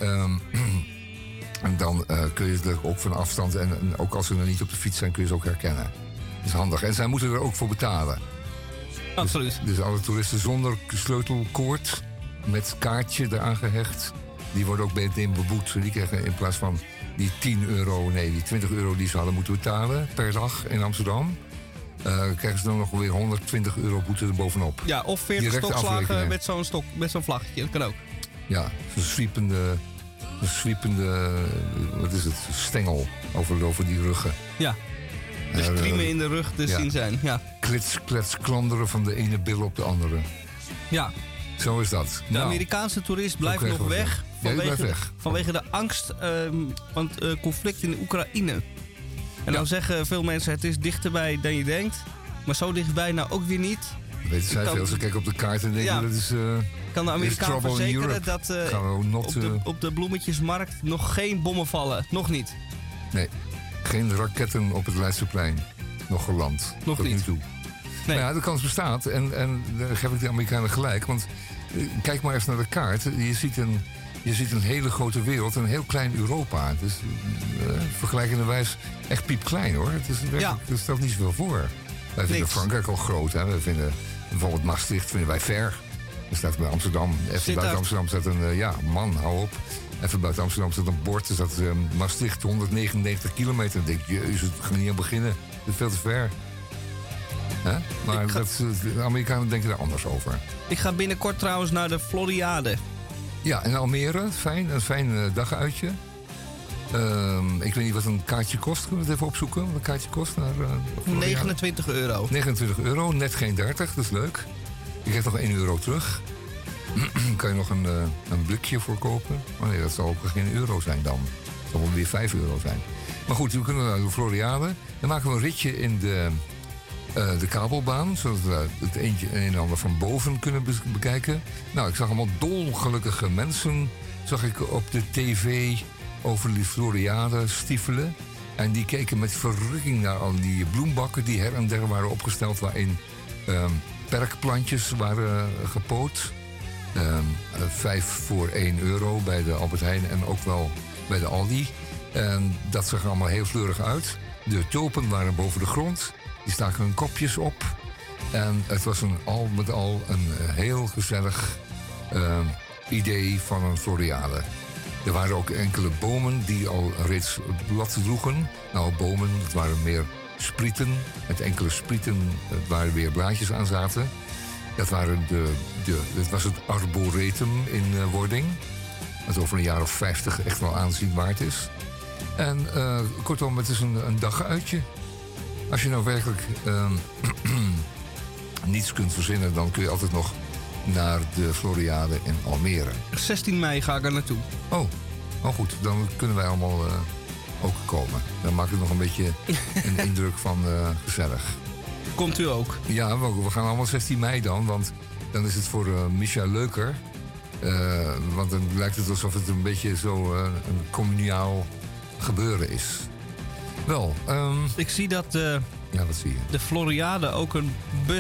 dan kun je het ook van afstand. En ook als ze er niet op de fiets zijn, kun je ze ook herkennen. Dat is handig. En zij moeten er ook voor betalen. Absoluut. Dus alle toeristen zonder sleutelkoord, met kaartje eraan gehecht, die worden ook meteen beboet. Die krijgen in plaats van die die 20 euro die ze hadden moeten betalen per dag in Amsterdam, krijgen ze dan nog weer 120 euro boete erbovenop. Ja, of 40 Direct stokslagen afrekenen. met zo'n vlaggetje. Dat kan ook. Ja, zo'n zwiepende, wat is het, stengel over die ruggen. Ja. De striemen in de rug te zien zijn. Ja. Klets, klanderen van de ene bil op de andere. Ja. Zo is dat. De Amerikaanse toerist blijft nog weg. Vanwege de angst van het conflict in de Oekraïne. En nou zeggen veel mensen, het is dichterbij dan je denkt. Maar zo dichtbij nou ook weer niet. Weten zij veel. Ze kijken op de kaart en denken dat is... kan de Amerikaan verzekeren dat not, op de bloemetjesmarkt nog geen bommen vallen. Nog niet. Nee, geen raketten op het Leidseplein. Nog geland. Nog tot niet. nu toe. Nee. Maar ja, de kans bestaat. En daar geef ik de Amerikanen gelijk. Want kijk maar eens naar de kaart. Je ziet een hele grote wereld en een heel klein Europa. Het is vergelijkenderwijs echt piepklein hoor. Het is werkelijk, het stelt niet zoveel voor. Wij vinden Frankrijk al groot. Hè? We vinden bijvoorbeeld Maastricht vinden wij ver. Er staat bij Amsterdam. Even buiten Amsterdam staat een... man, hou op. Even buiten Amsterdam staat een bord. Er staat Maastricht 199 kilometer. Dan denk je, jezus, het gaat niet aan beginnen. Dat is veel te ver. Hè? Maar de Amerikanen denken daar anders over. Ik ga binnenkort trouwens naar de Floriade. Ja, in Almere. Fijn. Een fijn daguitje. Ik weet niet wat een kaartje kost. Kunnen we het even opzoeken? Wat een kaartje kost naar €29. €29. Net geen 30. Dat is leuk. Je krijgt nog €1 terug. Kan je nog een blikje voor kopen? Oh nee, dat zal ook geen euro zijn dan. Dat zal wel weer €5 zijn. Maar goed, we kunnen naar de Floriade. Dan maken we een ritje in de kabelbaan, zodat we het een en ander van boven kunnen bekijken. Nou, ik zag allemaal dolgelukkige mensen, zag ik op de tv over die Floriade stiefelen. En die keken met verrukking naar al die bloembakken die her en der waren opgesteld, waarin perkplantjes waren gepoot. 5 voor €1 bij de Albert Heijn en ook wel bij de Aldi. En dat zag er allemaal heel fleurig uit. De tulpen waren boven de grond. Die staken hun kopjes op. En het was al met al een heel gezellig idee van een Floriade. Er waren ook enkele bomen die al reeds blad droegen. Nou, bomen, dat waren meer sprieten. Met enkele sprieten waar weer blaadjes aan zaten. Dat was het arboretum in wording. Dat over een jaar of 50 echt wel aanzien waard is. En kortom, het is een daguitje. Als je nou werkelijk niets kunt verzinnen, dan kun je altijd nog naar de Floriade in Almere. 16 mei ga ik er naartoe. Oh goed. Dan kunnen wij allemaal ook komen. Dan maakt het nog een beetje een indruk van gezellig. Komt u ook? Ja, we gaan allemaal 16 mei dan, want dan is het voor Micha leuker. Want dan lijkt het alsof het een beetje zo een communiaal gebeuren is. Wel, ik zie dat ja, wat zie je? De Floriade ook een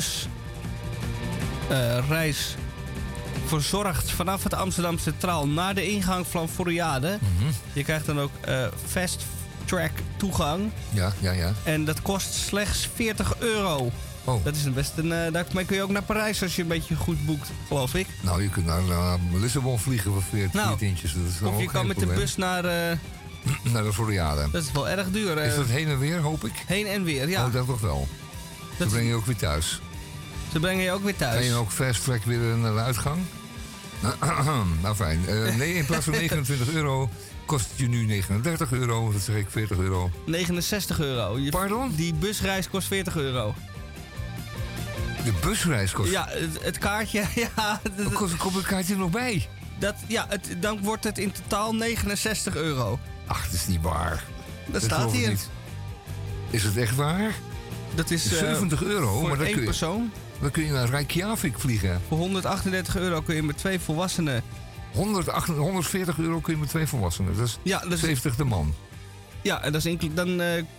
busreis verzorgt vanaf het Amsterdam Centraal naar de ingang van Floriade. Je krijgt dan ook fast track toegang. Ja. En dat kost slechts €40. Oh. Dat is een best daarmee kun je ook naar Parijs als je een beetje goed boekt, geloof ik. Nou, je kunt naar Lissabon vliegen voor 4 tientjes. Dat is of je kan met de bus naar de Floriade. Dat is wel erg duur. Is dat heen en weer, hoop ik? Heen en weer, ja. Oh, dat toch wel. Ze brengen je ook weer thuis. Ze brengen je ook weer thuis. Ga je ook fast track weer naar de uitgang? Nou, fijn. Nee, in plaats van €29 kost het je nu €39. Dat zeg ik, €40. €69. Pardon? Die busreis kost €40. De busreis kost... Ja, het kaartje, ja. Komt het kaartje er nog bij? Dan wordt het in totaal €69. Ach, dat is niet waar. Dat staat hier. Niet. Is het echt waar? Dat is €70. voor maar dan één persoon. Dan kun je naar Reykjavik vliegen. Voor €138 kun je met 2 volwassenen. €140 kun je met 2 volwassenen. Dat is 70 de man. Ja, en dat is dan...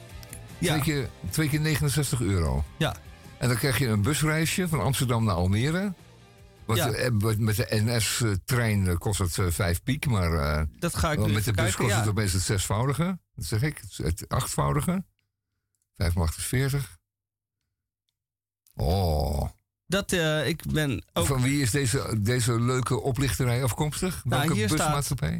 2 keer €69. Ja. En dan krijg je een busreisje van Amsterdam naar Almere. Met de NS-trein kost het 5 piek, maar dat ga ik nu met de bus kost het opeens het 6-voudige. Dat zeg ik, het 8-voudige. 5 macht is 40. Oh. Ik ben ook... Van wie is deze leuke oplichterij afkomstig? Welke hier busmaatschappij?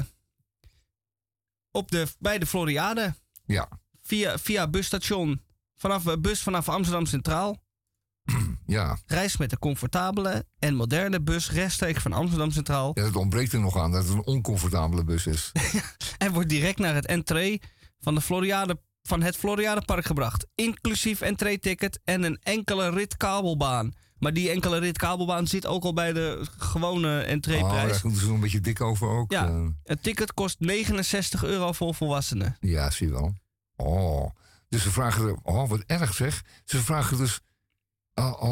Staat bij de Floriade. Ja. Via busstation. Vanaf Amsterdam Centraal. Ja. Reis met een comfortabele en moderne bus rechtstreeks van Amsterdam Centraal. Ja, dat ontbreekt er nog aan dat het een oncomfortabele bus is. En wordt direct naar het entree van het Floriadepark gebracht. Inclusief entree-ticket en een enkele rit kabelbaan. Maar die enkele rit kabelbaan zit ook al bij de gewone entreeprijs. Daar moeten ze nog een beetje dik over ook. Ja, het ticket kost €69 voor volwassenen. Ja, zie je wel. Oh, dus ze vragen wat erg zeg. Ze vragen dus al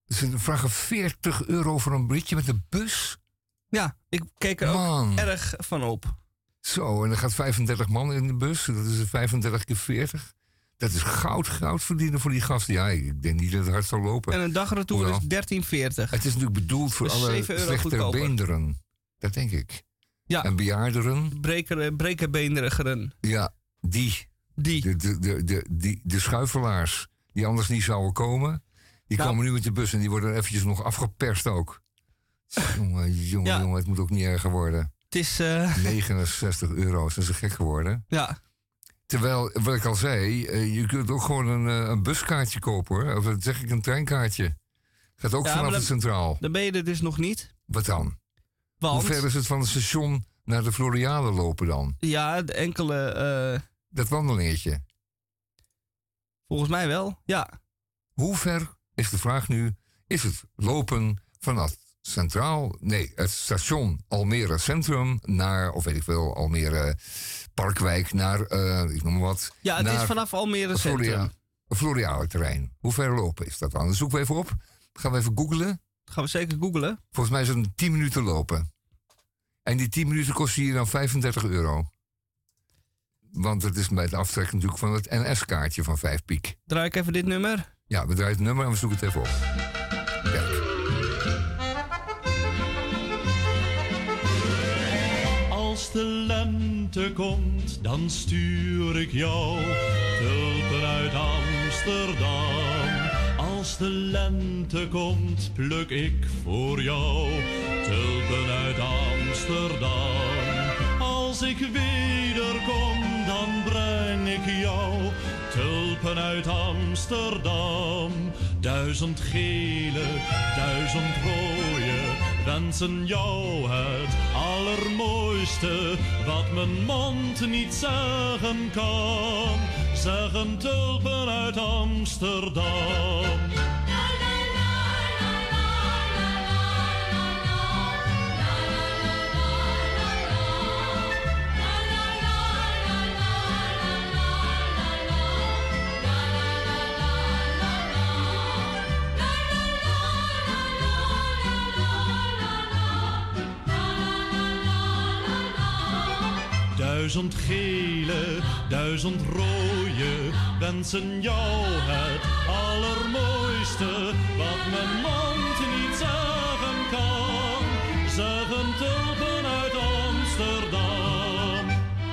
Ze vragen €40 voor een ritje met de bus? Ja, ik keek er ook erg van op. Zo, en er gaat 35 man in de bus. Dat is 35 keer 40. Dat is goud verdienen voor die gasten. Ja, ik denk niet dat het hard zal lopen. En een dagretour is €13,40. Het is natuurlijk bedoeld voor Dus alle €7 slechterbeenderen. Dat denk ik. Ja. En bejaarderen. Brekenbeenderigeren. Ja, die. De schuifelaars. Die anders niet zouden komen. Die komen nu met de bus en die worden eventjes nog afgeperst ook. Jongen, het moet ook niet erger worden. Het is... €69, dat is gek geworden. Ja. Terwijl, wat ik al zei, je kunt ook gewoon een buskaartje kopen hoor. Of zeg ik een treinkaartje. Gaat ook vanaf het centraal. Dan ben je er dus nog niet. Wat dan? Want... Hoe ver is het van het station naar de Floriade lopen dan? Ja, de enkele... Dat wandelingetje. Volgens mij wel, ja. Hoe ver is de vraag nu? Is het lopen vanaf centraal? Nee, het station Almere Centrum naar, of weet ik veel, Almere Parkwijk naar, ik noem maar wat. Ja, het is vanaf Almere Centrum. Floriade terrein. Hoe ver lopen is dat dan? Dat zoeken we even op. Gaan we even googlen. Gaan we zeker googlen. Volgens mij is het 10 minuten lopen. En die 10 minuten kost hier dan €35. Want het is bij het aftrekken natuurlijk van het NS-kaartje van 5 piek. Draai ik even dit nummer? Ja, we draaien het nummer en we zoeken het even op. Kijk. Als de lente komt, dan stuur ik jou tulpen uit Amsterdam. Als de lente komt, pluk ik voor jou tulpen uit Amsterdam. Als ik wederkom, dan breng ik jou tulpen uit Amsterdam. 1000 gele, 1000 rode wensen jou het allermooiste wat mijn mond niet zeggen kan. Zeggen tulpen uit Amsterdam. Duizend gele, 1000 rode wensen jou het allermooiste wat mijn mond niet zeggen kan. Zeggen tulpen uit Amsterdam.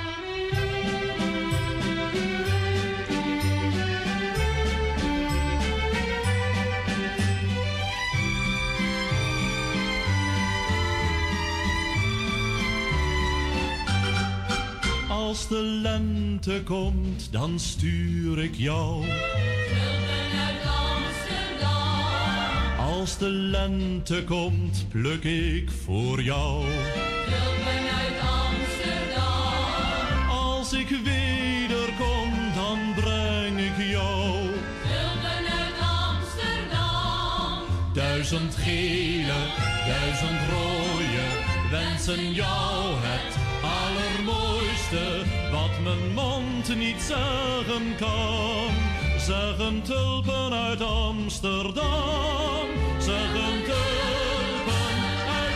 Als de lente komt, dan stuur ik jou tulpen uit Amsterdam. Als de lente komt, pluk ik voor jou tulpen uit Amsterdam. Als ik wederkom, dan breng ik jou tulpen uit Amsterdam. 1000 gele, 1000 rode wensen jou het allermooiste wat mijn mond niet zeggen kan. Zeggen tulpen uit Amsterdam. Zeggen tulpen uit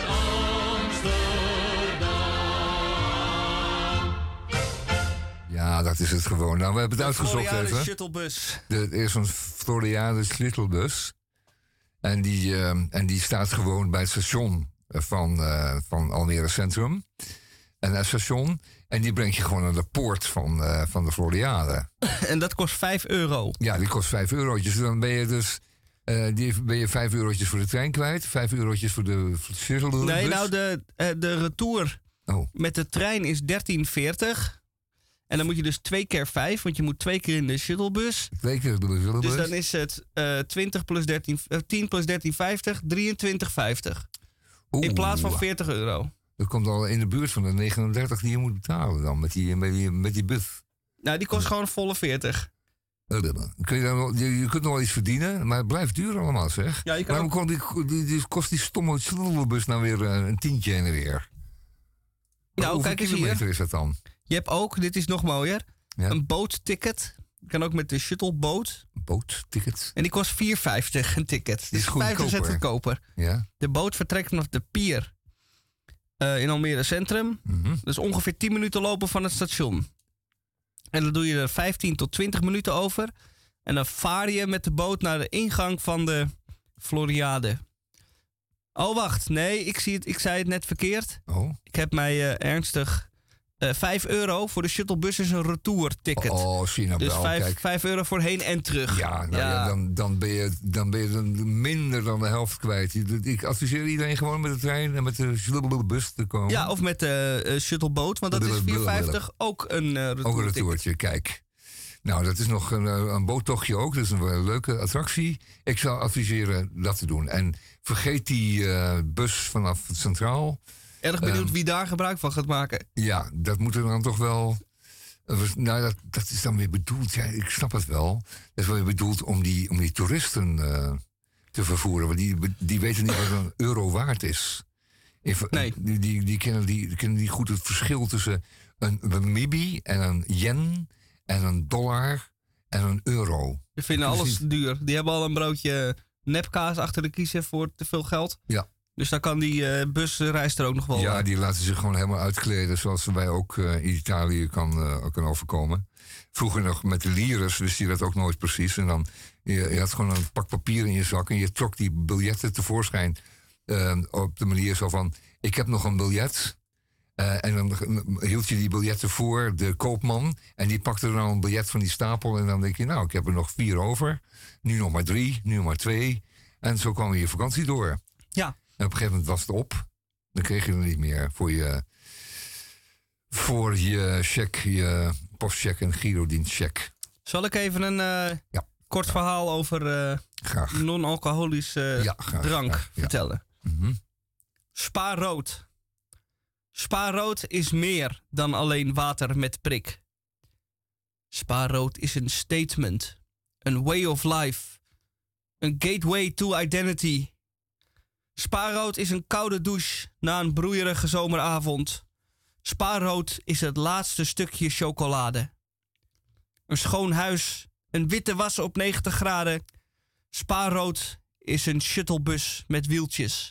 Amsterdam. Ja, dat is het gewoon. Nou, we hebben het uitgezocht even. Floriade shuttlebus. Er is een Floriade shuttlebus. En die staat gewoon bij het station van Almere Centrum. En het station. En die brengt je gewoon naar de poort van de Floriade. En dat kost €5. Ja, die kost €5. Dus dan ben je dus ben je €5 voor de trein kwijt. €5 voor de shuttlebus. Nee, nou de retour met de trein is €13,40. En dan moet je dus 2 keer 5, want je moet 2 keer in de shuttlebus. 2 keer in de shuttlebus. Dus dan is het 10 plus 13,50, €23,50. In plaats van €40. Dat komt al in de buurt van de 39 die je moet betalen dan met die bus. Nou, die kost gewoon volle 40. Je kunt nog wel iets verdienen, maar het blijft duur allemaal, zeg. Ja, je kan waarom kost die stomme shuttlebus nou weer een tientje heen en weer? Nou, hoeveel kijk eens kilometer hier. is dat dan? Je hebt ook, dit is nog mooier, een bootticket. kan ook met de shuttleboot. Bootticket. En die kost €4,50 een ticket. Die is Dus 50 cent goedkoper. Ja. De boot vertrekt vanaf de pier in Almere Centrum. Dus ongeveer 10 minuten lopen van het station. En dan doe je er 15 tot 20 minuten over. En dan vaar je met de boot naar de ingang van de Floriade. Oh, wacht. Nee, ik zei het net verkeerd. Oh. Ik heb mij ernstig... €5 voor de shuttlebus is een retour-ticket. Oh, zie je nou dus wel. €5 voor heen en terug. Ja, dan ben je minder dan de helft kwijt. Ik adviseer iedereen gewoon met de trein en met de shuttlebus te komen. Ja, of met de shuttleboot, want dat is €4,50 ook een retour-ticket. Ook een retourtje, kijk. Nou, dat is nog een boottochtje ook. Dat is een leuke attractie. Ik zou adviseren dat te doen. En vergeet die bus vanaf het Centraal. Erg benieuwd wie daar gebruik van gaat maken. Ja, dat moet er dan toch wel... Nou, dat is dan weer bedoeld. Ja, ik snap het wel. Dat is wel weer bedoeld om die toeristen te vervoeren. Want die weten niet wat een euro waard is. Nee. Die kennen niet goed het verschil tussen een renminbi en een yen en een dollar en een euro. Die vinden alles duur. Die hebben al een broodje nepkaas achter de kiezen voor te veel geld. Ja. Dus dan kan die busreis er ook nog wel... Ja, die laten zich gewoon helemaal uitkleden... zoals wij ook in Italië kan overkomen. Vroeger nog met de lires wist je dat ook nooit precies. En dan, je had gewoon een pak papier in je zak... en je trok die biljetten tevoorschijn... op de manier zo van... ik heb nog een biljet... en dan hield je die biljetten voor de koopman... en die pakte er dan een biljet van die stapel... en dan denk je, nou, ik heb er nog 4 over. Nu nog maar 3, nu nog maar 2. En zo kwam je vakantie door. Ja. En op een gegeven moment was het op. Dan kreeg je er niet meer voor je cheque, je postcheque en girodienstcheque. Zal ik even een kort verhaal over non-alcoholische drank vertellen? Spa rood. Spa rood is meer dan alleen water met prik. Spa rood is een statement. Een way of life. Een gateway to identity. Spaarrood is een koude douche na een broeierige zomeravond. Spaarrood is het laatste stukje chocolade. Een schoon huis, een witte was op 90 graden. Spaarrood is een shuttlebus met wieltjes.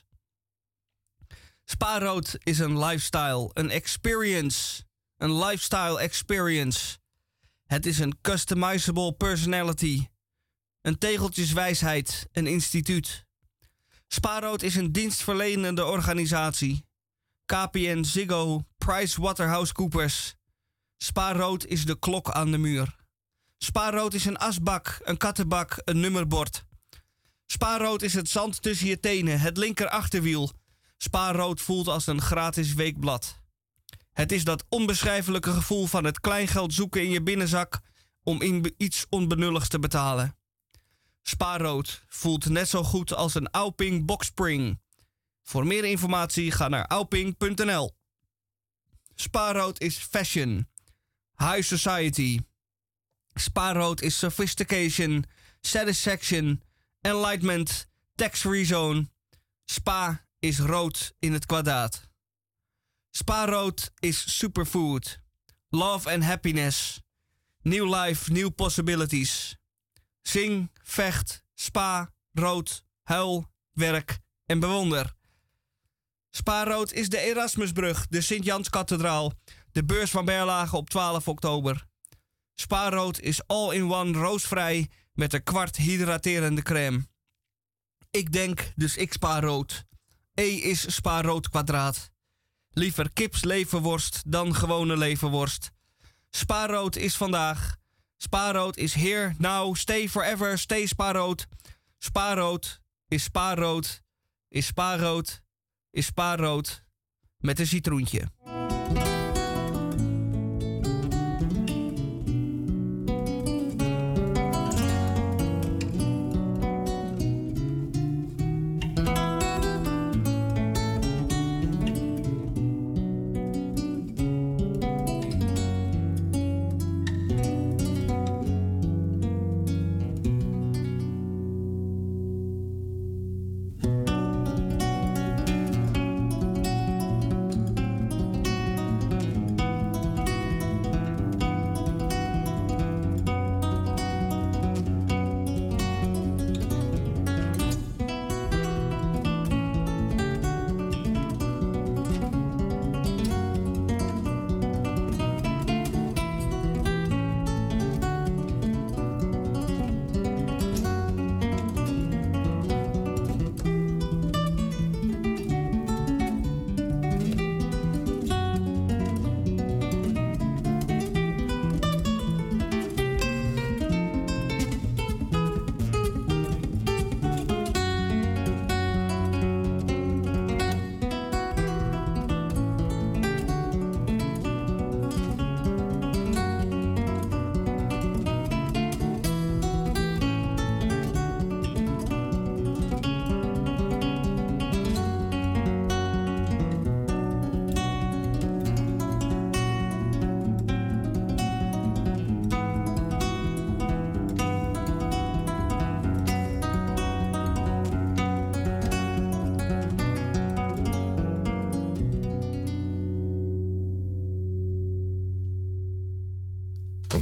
Spaarrood is een lifestyle, een experience. Een lifestyle experience. Het is een customizable personality. Een tegeltjeswijsheid, een instituut. Spaarrood is een dienstverlenende organisatie. KPN, Ziggo, PricewaterhouseCoopers. Spaarrood is de klok aan de muur. Spaarrood is een asbak, een kattenbak, een nummerbord. Spaarrood is het zand tussen je tenen, het linker achterwiel. Spaarrood voelt als een gratis weekblad. Het is dat onbeschrijfelijke gevoel van het kleingeld zoeken in je binnenzak om iets onbenulligs te betalen. Spaarrood voelt net zo goed als een Auping boxspring. Voor meer informatie ga naar auping.nl. Spaarrood is fashion. High society. Spaarrood is sophistication, satisfaction, enlightenment, tax-free zone. Spa is rood in het kwadraat. Spaarrood is superfood. Love and happiness. New life, new possibilities. Zing, vecht, spa, rood, huil, werk en bewonder. Spaarrood is de Erasmusbrug, de Sint-Janskathedraal, de beurs van Berlage op 12 oktober. Spaarrood is all-in-one roosvrij met een kwart hydraterende crème. Ik denk, dus ik spaar rood. E is spaarrood kwadraat. Liever kipsleverworst dan gewone leverworst. Spaarrood is vandaag. Spaarrood is here, now, stay forever, stay spaarrood. Spaarrood is spaarrood, is spaarrood, is spaarrood met een citroentje.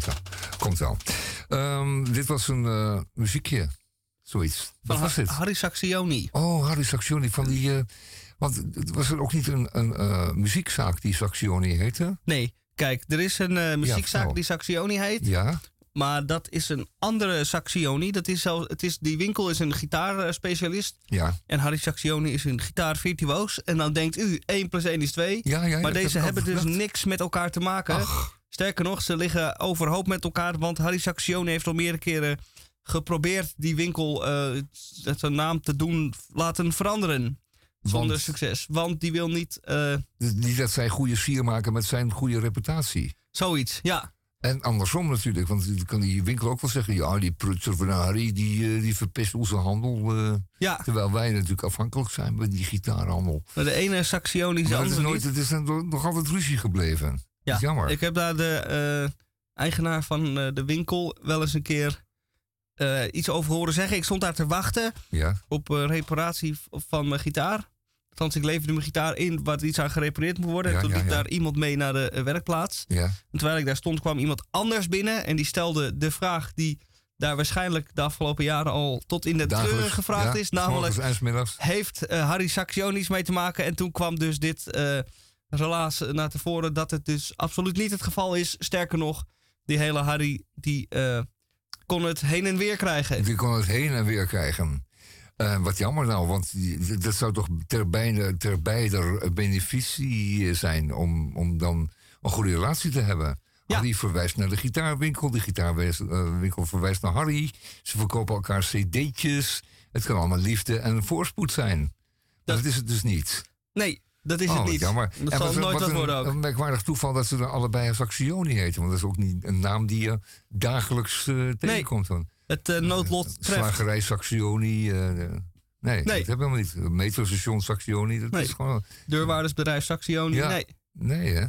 Komt wel. Dit was een muziekje. Zoiets. Wat was dit? Harry Saxioni. Oh, Harry Saxioni. Van die... want was er ook niet een muziekzaak die Saxioni heette? Nee. Kijk, er is een muziekzaak die Saxioni heet. Ja. Maar dat is een andere Saxioni. Die winkel is een gitaarspecialist. Ja. En Harry Saxioni is een gitaarvirtuoos. En dan denkt u, 1 + 1 is 2. Ja, maar deze hebben dus gedacht. niks met elkaar te maken. Ach. Sterker nog, ze liggen overhoop met elkaar. Want Harry Saxioni heeft al meerdere keren geprobeerd die winkel zijn naam te doen laten veranderen. Zonder succes. Want die wil niet... Niet dat zij goede sier maken met zijn goede reputatie. Zoiets, ja. En andersom natuurlijk, want dan kan die winkel ook wel zeggen... ja, die prutser van Harry, die verpest onze handel. Ja. Terwijl wij natuurlijk afhankelijk zijn van die gitaarhandel. Maar de ene Saxioni is de andere niet. Het is nog altijd ruzie gebleven. Ja, dat is jammer. Ik heb daar de eigenaar van de winkel wel eens een keer iets over horen zeggen. Ik stond daar te wachten op reparatie van mijn gitaar. Althans, ik leverde mijn gitaar in waar iets aan gerepareerd moet worden. En toen liep daar iemand mee naar de werkplaats. Ja. En terwijl ik daar stond, kwam iemand anders binnen. En die stelde de vraag die daar waarschijnlijk de afgelopen jaren al tot in de treuren gevraagd is. Namelijk, heeft Harry Saxioni iets mee te maken? En toen kwam dus dit relaas naar tevoren dat het dus absoluut niet het geval is. Sterker nog, die hele Harry die kon het heen en weer krijgen. Die kon het heen en weer krijgen. Wat jammer nou, want dat zou toch ter beider beneficie zijn om dan een goede relatie te hebben. Ja. Harry verwijst naar de gitaarwinkel, de gitaarwinkel verwijst naar Harry. Ze verkopen elkaar cd'tjes. Het kan allemaal liefde en voorspoed zijn. Dat is het dus niet. Nee, dat is het niet. Jammer. Dat zal nooit wat worden ook. Een merkwaardig toeval dat ze dan allebei een Saxioni heten. Want dat is ook niet een naam die je dagelijks tegenkomt. Nee. Het noodlot treft. Slagerij Saxioni. Nee, dat hebben we helemaal niet. Metrostation Saxioni. Dat is gewoon... Deurwaardersbedrijf Saxioni. Ja. Nee, hè?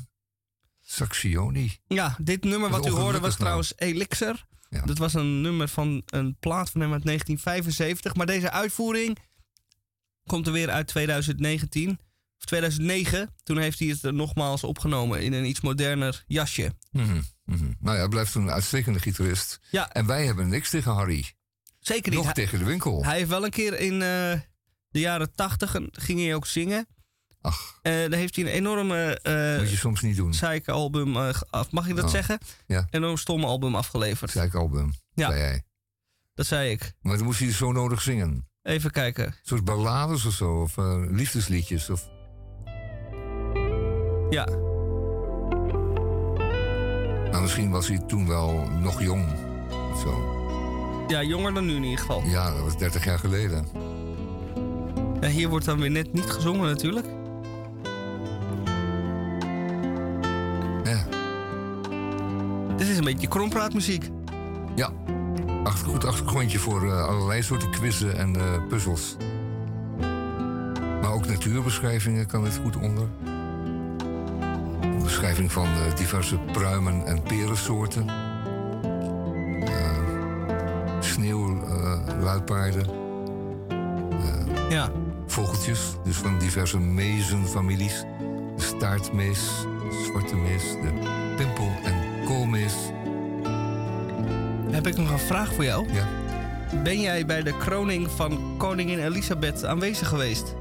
Saxioni. Ja, dit nummer wat u hoorde was trouwens Elixir. Ja. Dat was een nummer van een plaat van hem uit 1975. Maar deze uitvoering komt er weer uit 2019. Of 2009. Toen heeft hij het nogmaals opgenomen in een iets moderner jasje. Nou ja, hij blijft een uitstekende gitarist. Ja. En wij hebben niks tegen Harry. Zeker niet. Nog tegen de winkel. Hij heeft wel een keer in de jaren 80 ging hij ook zingen. Ach. Daar heeft hij een enorme... moet je soms niet doen. Zeikalbum mag ik dat zeggen? Ja. Enorm stomme album afgeleverd. Zeikalbum, zei jij. Dat zei ik. Maar dan moest hij zo nodig zingen. Even kijken. Een soort ballades of zo, of liefdesliedjes. Of... Ja. Nou, misschien was hij toen wel nog jong. Of zo. Ja, jonger dan nu in ieder geval. Ja, dat was 30 jaar geleden. Ja, hier wordt dan weer net niet gezongen natuurlijk. Ja. Dit is een beetje krompraatmuziek. Ja. Goed achtergrondje voor allerlei soorten quizzen en puzzels. Maar ook natuurbeschrijvingen kan het goed onder. Beschrijving van diverse pruimen en perensoorten. Sneeuwluipaarden. Vogeltjes, dus van diverse mezenfamilies. De staartmees, de zwarte mees, de pimpel- en koolmees. Heb ik nog een vraag voor jou? Ja. Ben jij bij de kroning van koningin Elisabeth aanwezig geweest?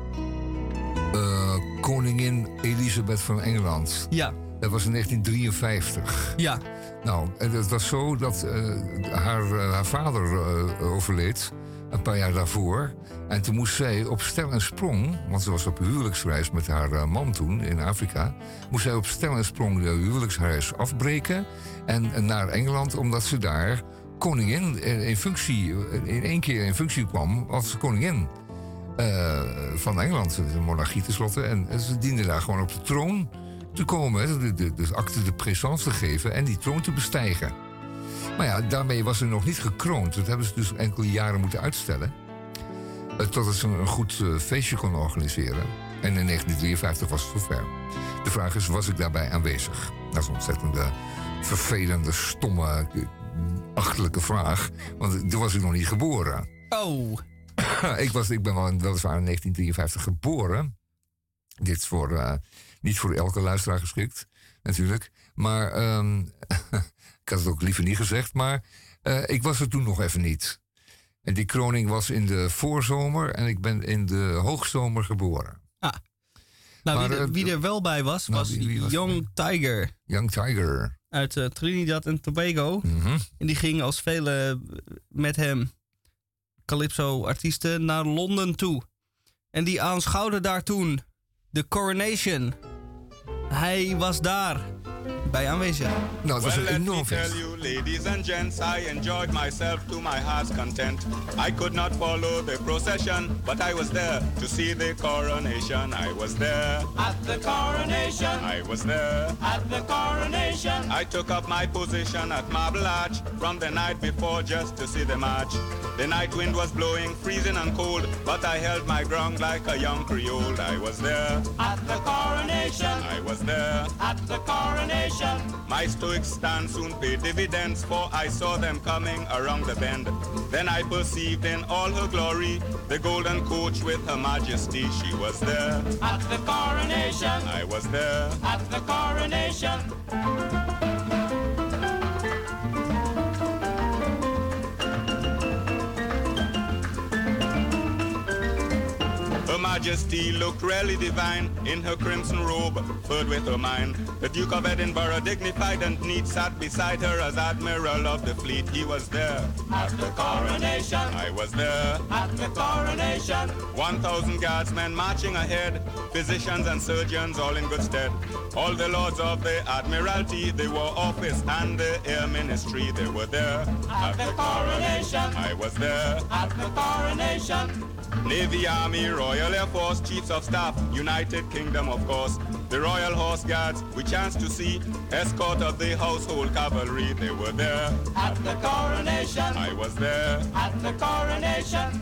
Koningin Elisabeth van Engeland. Ja. Dat was in 1953. Ja. Nou, het was zo dat haar vader overleed. Een paar jaar daarvoor. En toen moest zij op stel en sprong, want ze was op huwelijksreis met haar man toen in Afrika. Moest zij op stel en sprong de huwelijksreis afbreken. En naar Engeland, omdat ze daar koningin in één keer in functie kwam als koningin van Engeland. De monarchie tenslotte. En ze diende daar gewoon op de troon te komen. De acte de présence te geven en die troon te bestijgen. Maar ja, daarmee was ze nog niet gekroond. Dat hebben ze dus enkele jaren moeten uitstellen. Totdat ze een goed feestje kon organiseren. En in 1953 was het zover. De vraag is, was ik daarbij aanwezig? Dat is een ontzettende, vervelende, stomme, achterlijke vraag. Want toen was ik nog niet geboren. Oh. Ik ben weliswaar in 1953 geboren. Dit is niet voor elke luisteraar geschikt, natuurlijk. Maar Ik had het ook liever niet gezegd, maar ik was er toen nog even niet. En die kroning was in de voorzomer en ik ben in de hoogzomer geboren. Nou, maar, wie er wel bij was, was Young Tiger. Young Tiger. Uit Trinidad en Tobago. Mm-hmm. En die ging als vele met hem calypso-artiesten naar Londen toe. En die aanschouwde daar toen de coronation. Hij was daar bij aanwezig. Nou, dat was een enorm feest. Tell you, ladies and gents, I enjoyed myself to my heart's content. I could not follow the procession, but I was there to see the coronation. I was there at the coronation. I was there at the coronation. I took up my position at Marble Arch from the night before just to see the march. The night wind was blowing, freezing and cold, but I held my ground like a young Creole. I was there at the coronation. I was there at the coronation. My stoic stand soon paid dividends, for I saw them coming around the bend. Then I perceived in all her glory the golden coach with Her Majesty. She was there at the coronation. I was there at the coronation. Her Majesty looked really divine in her crimson robe, furred with ermine. The Duke of Edinburgh, dignified and neat, sat beside her as Admiral of the Fleet. He was there at the coronation. I was there at the coronation. 1,000 guardsmen marching ahead, physicians and surgeons all in good stead. All the lords of the Admiralty, the War Office and the Air Ministry, they were there at the coronation. I was there at the coronation. Navy, Army, Royal Air Force, Chiefs of Staff, United Kingdom, of course. The Royal Horse Guards we chanced to see, escort of the Household Cavalry, they were there at the coronation. I was there at the coronation.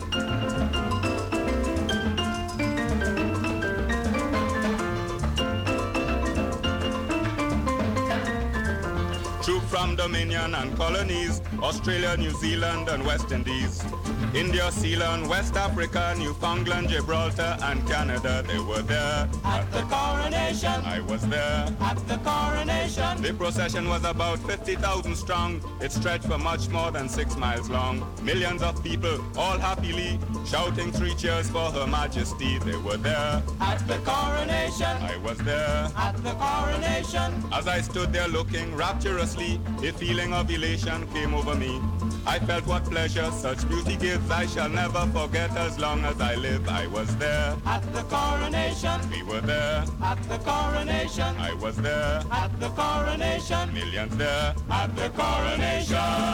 Troops from Dominion and colonies, Australia, New Zealand and West Indies, India, Ceylon, West Africa, Newfoundland, Gibraltar and Canada, they were there at the coronation. I was there at the coronation. The procession was about 50,000 strong. It stretched for much more than 6 miles long. Millions of people, all happily shouting 3 cheers for Her Majesty. They were there at the coronation. I was there at the coronation. As I stood there looking rapturously, a feeling of elation came over me. I felt what pleasure such beauty gives. I shall never forget as long as I live. I was there at the coronation. We were there at the coronation. I was there at the coronation. Millions there at the coronation.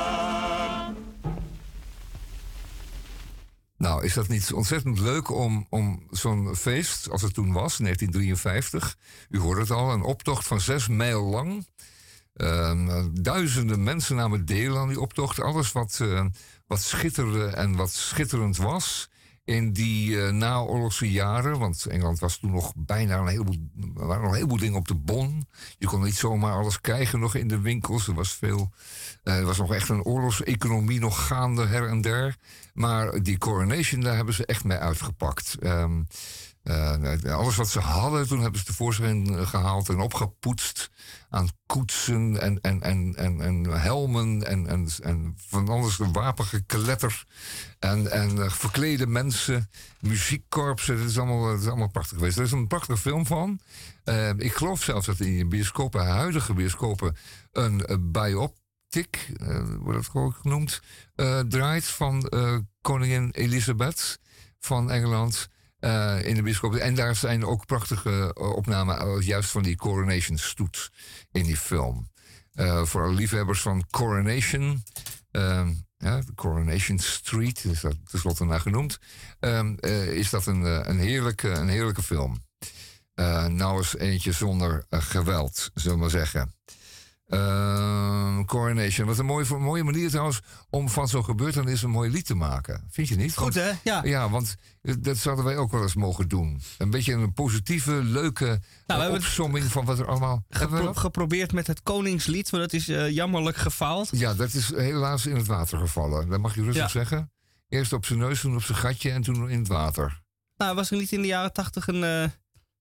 Nou, is dat niet ontzettend leuk om zo'n feest, als het toen was, 1953... u hoort het al, een optocht van 6 mijl lang. Duizenden mensen namen deel aan die optocht. Alles wat schitterde en wat schitterend was in die naoorlogse jaren. Want Engeland was toen nog bijna er waren nog een heleboel dingen op de bon. Je kon niet zomaar alles krijgen nog in de winkels. Er was nog echt een oorlogseconomie nog gaande her en der. Maar die coronation, daar hebben ze echt mee uitgepakt. Alles wat ze hadden, toen hebben ze tevoorschijn gehaald en opgepoetst aan koetsen en helmen en van alles wapengekletter en verklede mensen, muziekkorpsen. Dat is allemaal prachtig geweest. Er is een prachtige film van. Ik geloof zelfs dat in bioscopen, huidige bioscopen, een biopic, wordt dat gewoon genoemd, draait van koningin Elizabeth van Engeland. In de bioscoop. En daar zijn ook prachtige opnamen juist van die coronation-stoet in die film. Voor liefhebbers van Coronation, de Coronation Street, is dat tenslotte naar genoemd, is dat een heerlijke film. Nou eens eentje zonder geweld, zullen we maar zeggen. Coronation. Wat een mooie manier trouwens om van zo'n gebeurtenis een mooi lied te maken. Vind je niet? Goed, hè? Ja. Ja, want dat zouden wij ook wel eens mogen doen. Een beetje een positieve, leuke opsomming van wat er allemaal... geprobeerd met het Koningslied, maar dat is jammerlijk gefaald. Ja, dat is helaas in het water gevallen. Dat mag je rustig zeggen. Eerst op zijn neus, toen op zijn gatje en toen in het water. Nou, was er niet in de jaren 80 een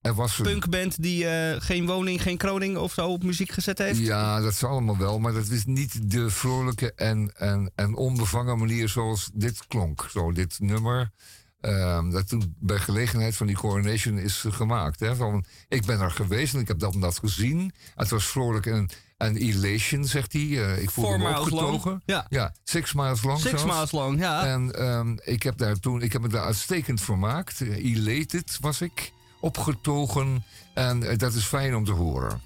punkband die geen woning, geen kroning of zo op muziek gezet heeft? Ja, dat is allemaal wel. Maar dat is niet de vrolijke en onbevangen manier zoals dit klonk. Zo, dit nummer. Dat toen bij gelegenheid van die coronation is gemaakt. Hè? Ik ben er geweest en ik heb dat gezien. Het was vrolijk en elation, zegt hij. Ik voelde me opgetogen. Ja, 6 miles long. 6 miles long, ja. En ik heb me daar uitstekend vermaakt. Elated was ik. Opgetogen. En dat is fijn om te horen.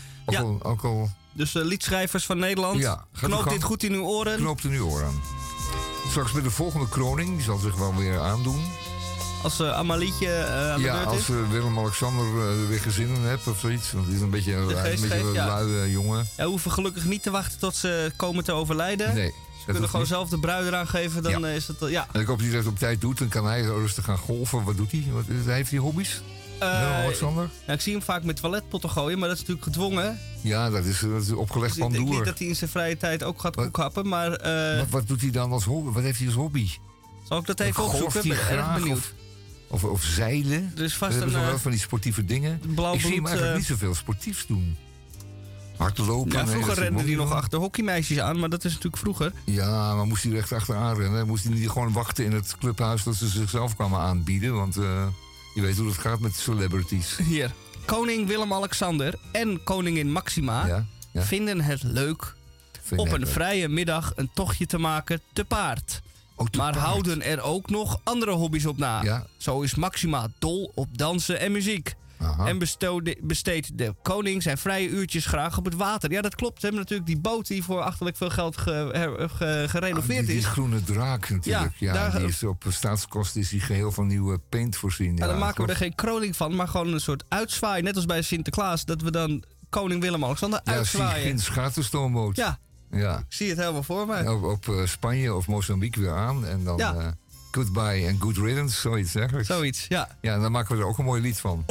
Ook al... Dus liedschrijvers van Nederland, knoop dit goed in uw oren. Knoop in uw oren. Straks bij de volgende kroning, die zal zich wel weer aandoen. Als Amalietje aan de beurt is? Ja, als Willem-Alexander weer gezinnen hebt of zoiets. Want die is een beetje een luie jongen. Ja, we hoeven gelukkig niet te wachten tot ze komen te overlijden. Nee. Ze kunnen gewoon zelf de bruid eraan geven, dan is het... En ik hoop dat hij dat op tijd doet, dan kan hij rustig gaan golven. Wat doet hij? Heeft hij hobby's? Willem-Alexander? Ja, ik zie hem vaak met toiletpotten gooien, maar dat is natuurlijk gedwongen. Ja, dat is opgelegd van Ik denk door. niet dat hij in zijn vrije tijd ook gaat koekhappen, maar... Wat doet hij dan als hobby? Wat heeft hij als hobby? Zal ik dat even opzoeken? Ik ben erg benieuwd. Of zeilen? Er is vast wel van die sportieve dingen. Ik zie hem eigenlijk niet zoveel sportiefs doen. Hardlopen. Ja, vroeger rende hij nog achter hockeymeisjes aan, maar dat is natuurlijk vroeger. Ja, maar moest hij er echt achteraan rennen? Moest hij niet gewoon wachten in het clubhuis dat ze zichzelf kwamen aanbieden? Want je weet hoe het gaat met celebrities. Hier. Koning Willem-Alexander en koningin Maxima vinden het leuk op een vrije middag een tochtje te maken te paard. Maar houden er ook nog andere hobby's op na. Ja. Zo is Maxima dol op dansen en muziek. Aha. En besteedt de koning zijn vrije uurtjes graag op het water. Ja, dat klopt. Ze hebben natuurlijk die boot die voor achterlijk veel geld gerenoveerd is. Die groene draak natuurlijk. Ja, die is op staatskosten is die geheel van nieuwe paint voorzien. Ja, dan maken we er geen kroning van, maar gewoon een soort uitzwaai. Net als bij Sinterklaas, dat we dan koning Willem-Alexander uitzwaaien. Ja, zie je geen schatenstoomboot. Ja. Ik zie het helemaal voor mij. Op Spanje of Mozambique weer aan. En dan goodbye and good riddance, zoiets eigenlijk. Zoiets, ja. Ja, dan maken we er ook een mooi lied van.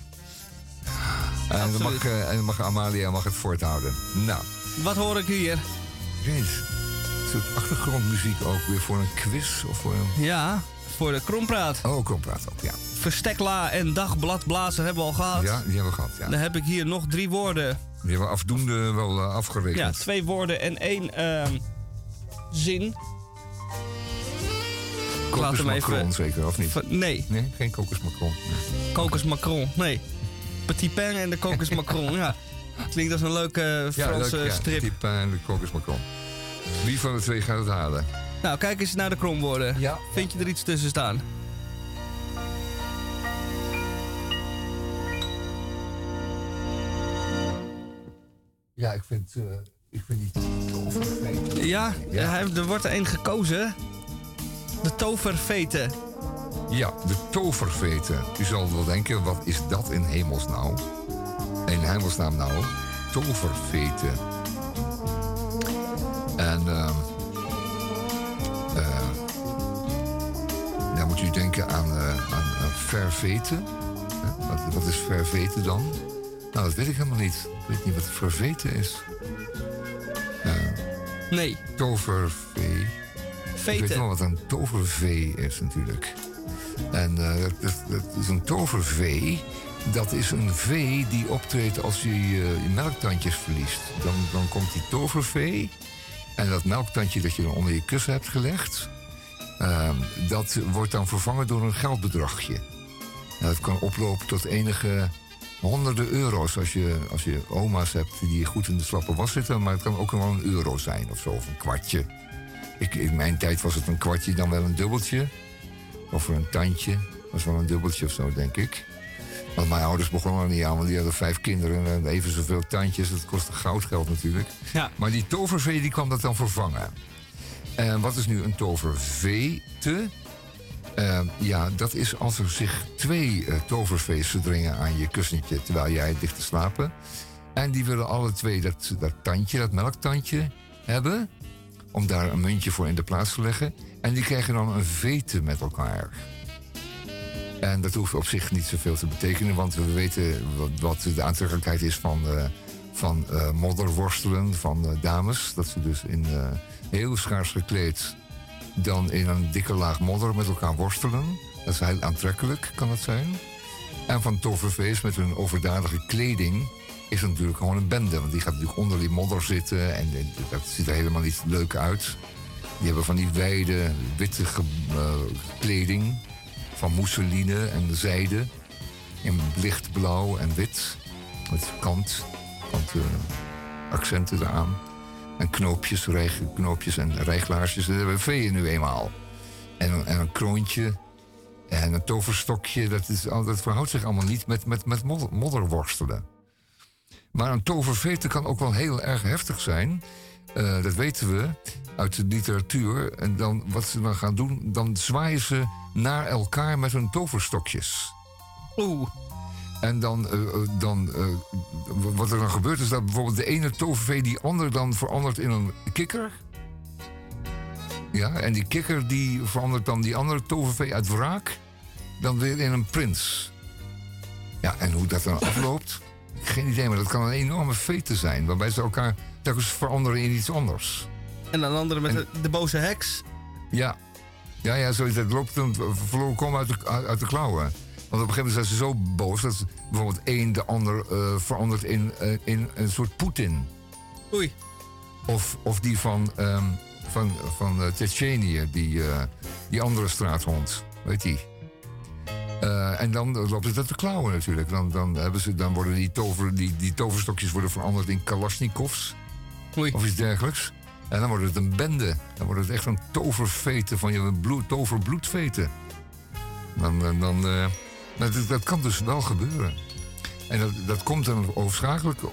En dan mag Amalia het voorthouden. Nou. Wat hoor ik hier? Jeez. Een soort achtergrondmuziek ook weer voor een quiz of voor een... Ja, voor de Krompraat. Oh, Krompraat ook, ja. Verstekla en dagbladblazer hebben we al gehad. Ja, die hebben we gehad, ja. Dan heb ik hier nog 3 woorden. Die hebben we afdoende wel afgerekend. Ja, 2 woorden en 1 zin. Kokos Macron zeker, of niet? Nee. Nee, geen Kokos Macron. Nee. Kokos Macron, nee. Petit Pain en de Kokos Macron, ja. Klinkt als een leuke Franse strip. Petit Pain en de Kokos Macron. Wie van de 2 gaat het halen? Nou, kijk eens naar de kromwoorden. Ja. Vind je er iets tussen staan? Ja, ik vind die toverveten. Ja, er wordt er 1 gekozen. De toverveten. Ja, de toverveten. U zal wel denken, wat is dat in hemelsnaam nou? Toverveten. En dan moet u denken aan verveten. Wat is verveten dan? Nou, dat weet ik helemaal niet. Ik weet niet wat verveten is. Nee. Tovervee. Veten. Ik weet wel wat een tovervee is natuurlijk. En dat is een tovervee. Dat is een vee die optreedt als je melktandjes verliest. Dan komt die tovervee. En dat melktandje dat je dan onder je kussen hebt gelegd... dat wordt dan vervangen door een geldbedragje. En dat kan oplopen tot enige honderden euro's als je oma's hebt die goed in de slappe was zitten. Maar het kan ook wel een euro zijn of zo, of een kwartje. In mijn tijd was het een kwartje, dan wel een dubbeltje. Of een tandje, was wel een dubbeltje of zo, denk ik. Want mijn ouders begonnen er niet aan, want die hadden 5 kinderen en even zoveel tandjes. Dat kostte goudgeld natuurlijk. Ja. Maar die tovervee die kwam dat dan vervangen. En wat is nu een tovervete? Ja, dat is als er zich 2 tovervees verdringen aan je kussentje terwijl jij ligt te slapen. En die willen alle 2 dat tandje, dat melktandje hebben. Om daar een muntje voor in de plaats te leggen. En die krijgen dan een vete met elkaar. En dat hoeft op zich niet zoveel te betekenen, want we weten wat de aantrekkelijkheid is van modderworstelen van dames. Dat ze dus in heel schaars gekleed dan in een dikke laag modder met elkaar worstelen. Dat is heel aantrekkelijk, kan het zijn. En van toverfeest met hun overdadige kleding is het natuurlijk gewoon een bende. Want die gaat natuurlijk onder die modder zitten en dat ziet er helemaal niet leuk uit. Die hebben van die wijde, witte kleding van mousseline en zijde. In lichtblauw en wit. Met accenten eraan. En knoopjes en rijglaarsjes. Dat hebben veeën nu eenmaal. En een kroontje. En een toverstokje. Dat verhoudt zich allemaal niet met modderworstelen. Maar een tovervete kan ook wel heel erg heftig zijn. Dat weten we uit de literatuur. En dan, wat ze dan gaan doen, dan zwaaien ze naar elkaar met hun toverstokjes. Oeh. En wat er dan gebeurt is dat bijvoorbeeld de ene tovervee die ander dan verandert in een kikker. Ja, en die kikker die verandert dan die andere tovervee uit wraak dan weer in een prins. Ja, en hoe dat dan afloopt, geen idee, maar dat kan een enorme fete zijn, waarbij ze elkaar telkens veranderen in iets anders. En dan andere met de boze heks. Ja, zoiets. Dat loopt dan volkomen uit de klauwen. Want op een gegeven moment zijn ze zo boos dat bijvoorbeeld één de ander verandert in een soort Poetin. Oei. Of die van Tsjetsjenië, die andere straathond, weet die. En dan loopt het uit de klauwen natuurlijk. Dan worden die toverstokjes worden veranderd in Kalashnikovs. Oei. Of iets dergelijks. En dan wordt het een bende. Dan wordt het echt een tovervete van je toverbloedvete. Dat kan dus wel gebeuren. En dat komt dan overschakelijk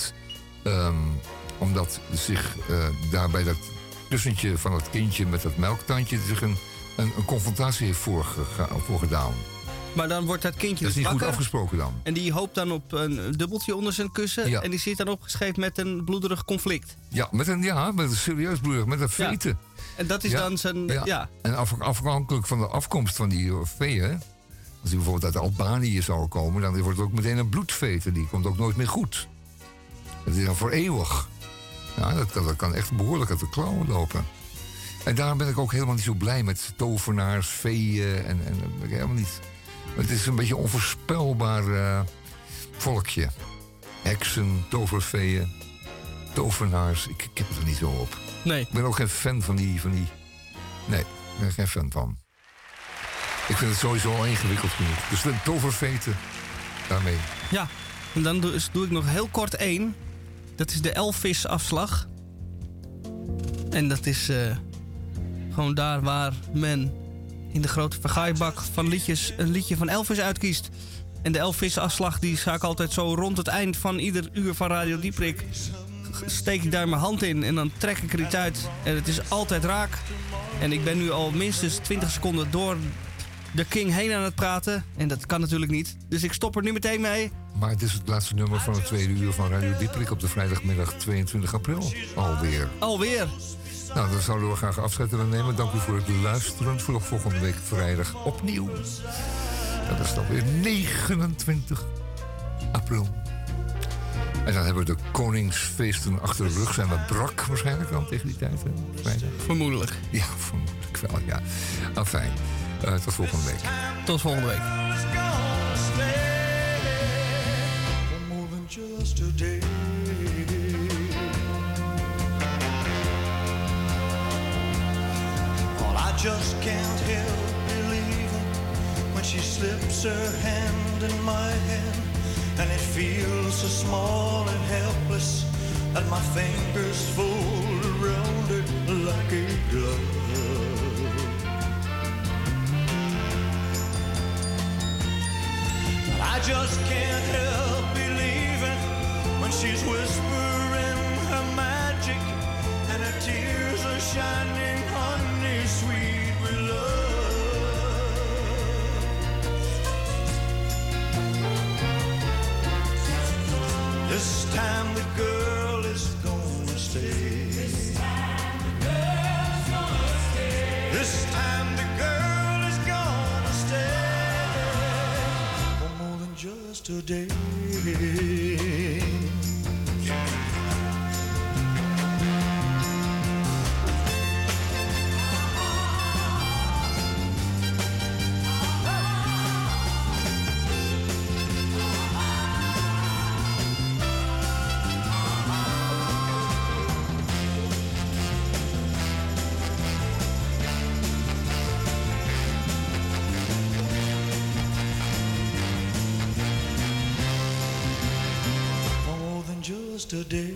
omdat zich daar bij dat kussentje van het kindje met dat melktandje zich een confrontatie heeft voorgedaan. Maar dan wordt dat kindje dat is niet wakker, goed afgesproken dan. En die hoopt dan op een dubbeltje onder zijn kussen. Ja. En die zit dan opgeschreven met een bloederig conflict. Ja, met een serieus bloederig, met een vete. Ja. En dat is dan zijn... Ja. En afhankelijk van de afkomst van die veeën, als die bijvoorbeeld uit Albanië zou komen, dan wordt het ook meteen een bloedvete. Die komt ook nooit meer goed. Dat is dan voor eeuwig. Ja, dat kan echt behoorlijk uit de klauwen lopen. En daarom ben ik ook helemaal niet zo blij met tovenaars, veeën en helemaal niet. Het is een beetje een onvoorspelbaar volkje. Heksen, toverveeën, tovenaars. Ik heb het er niet zo op. Nee. Ik ben ook geen fan van die... Nee, ik ben er geen fan van. Ik vind het sowieso al ingewikkeld genoeg. Dus de toverveten, daarmee. Ja, en dan doe ik nog heel kort één. Dat is de Elvis-afslag. En dat is gewoon daar waar men in de grote vergaaibak van liedjes een liedje van Elvis uitkiest. En de Elvis-afslag die ga ik altijd zo rond het eind van ieder uur van Radio Dieprik. Steek ik daar mijn hand in en dan trek ik er iets uit. En het is altijd raak. En ik ben nu al minstens 20 seconden door de King heen aan het praten. En dat kan natuurlijk niet. Dus ik stop er nu meteen mee. Maar het is het laatste nummer van het tweede uur van Radio Dieprik op de vrijdagmiddag 22 april. Alweer. Nou, dan zouden we graag afscheid willen nemen. Dank u voor het luisteren. Voor volgende week vrijdag opnieuw. Dat is dan weer 29 april. En dan hebben we de koningsfeesten achter de rug. Zijn we brak waarschijnlijk dan tegen die tijd? Vrijdag? Vermoedelijk. Ja, vermoedelijk wel, ja. Afijn. Tot volgende week. Tot volgende week. I just can't help believing when she slips her hand in my hand, and it feels so small and helpless that my fingers fold around it like a glove. But I just can't help believing when she's whispering her magic and her tears are shining honey sweet with love. This time the girl is gonna stay. This time the girl's gonna stay. This time the girl is gonna stay for more than just a day. just a day.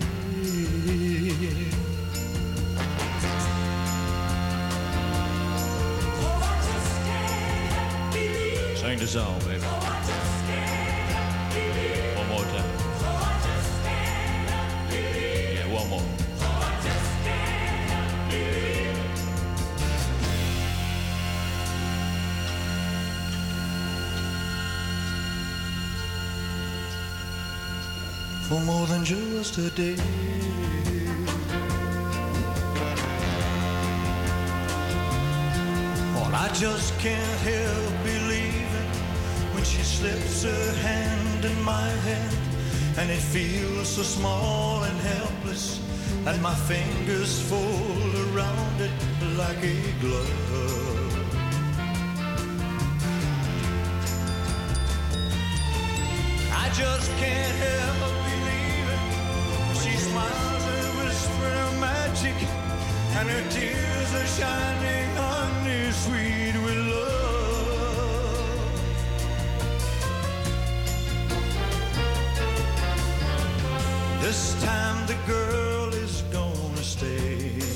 Sing the song, baby. One more time. Yeah, one more. For more than just a day. Well, I just can't help believing when she slips her hand in my hand, and it feels so small and helpless, and my fingers fall around it like a glove. I just can't help believing she smiles and whispers her magic, and her tears are shining honey sweet with love. This time the girl is gonna stay.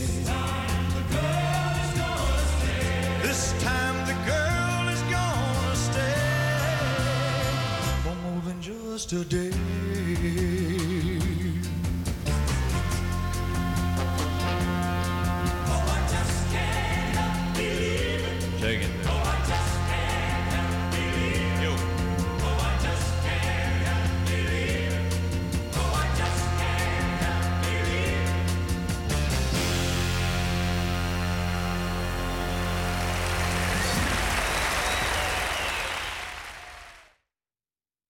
This time the girl is gonna stay for more than just a day. Oh, I just can't believe it. Take it, baby.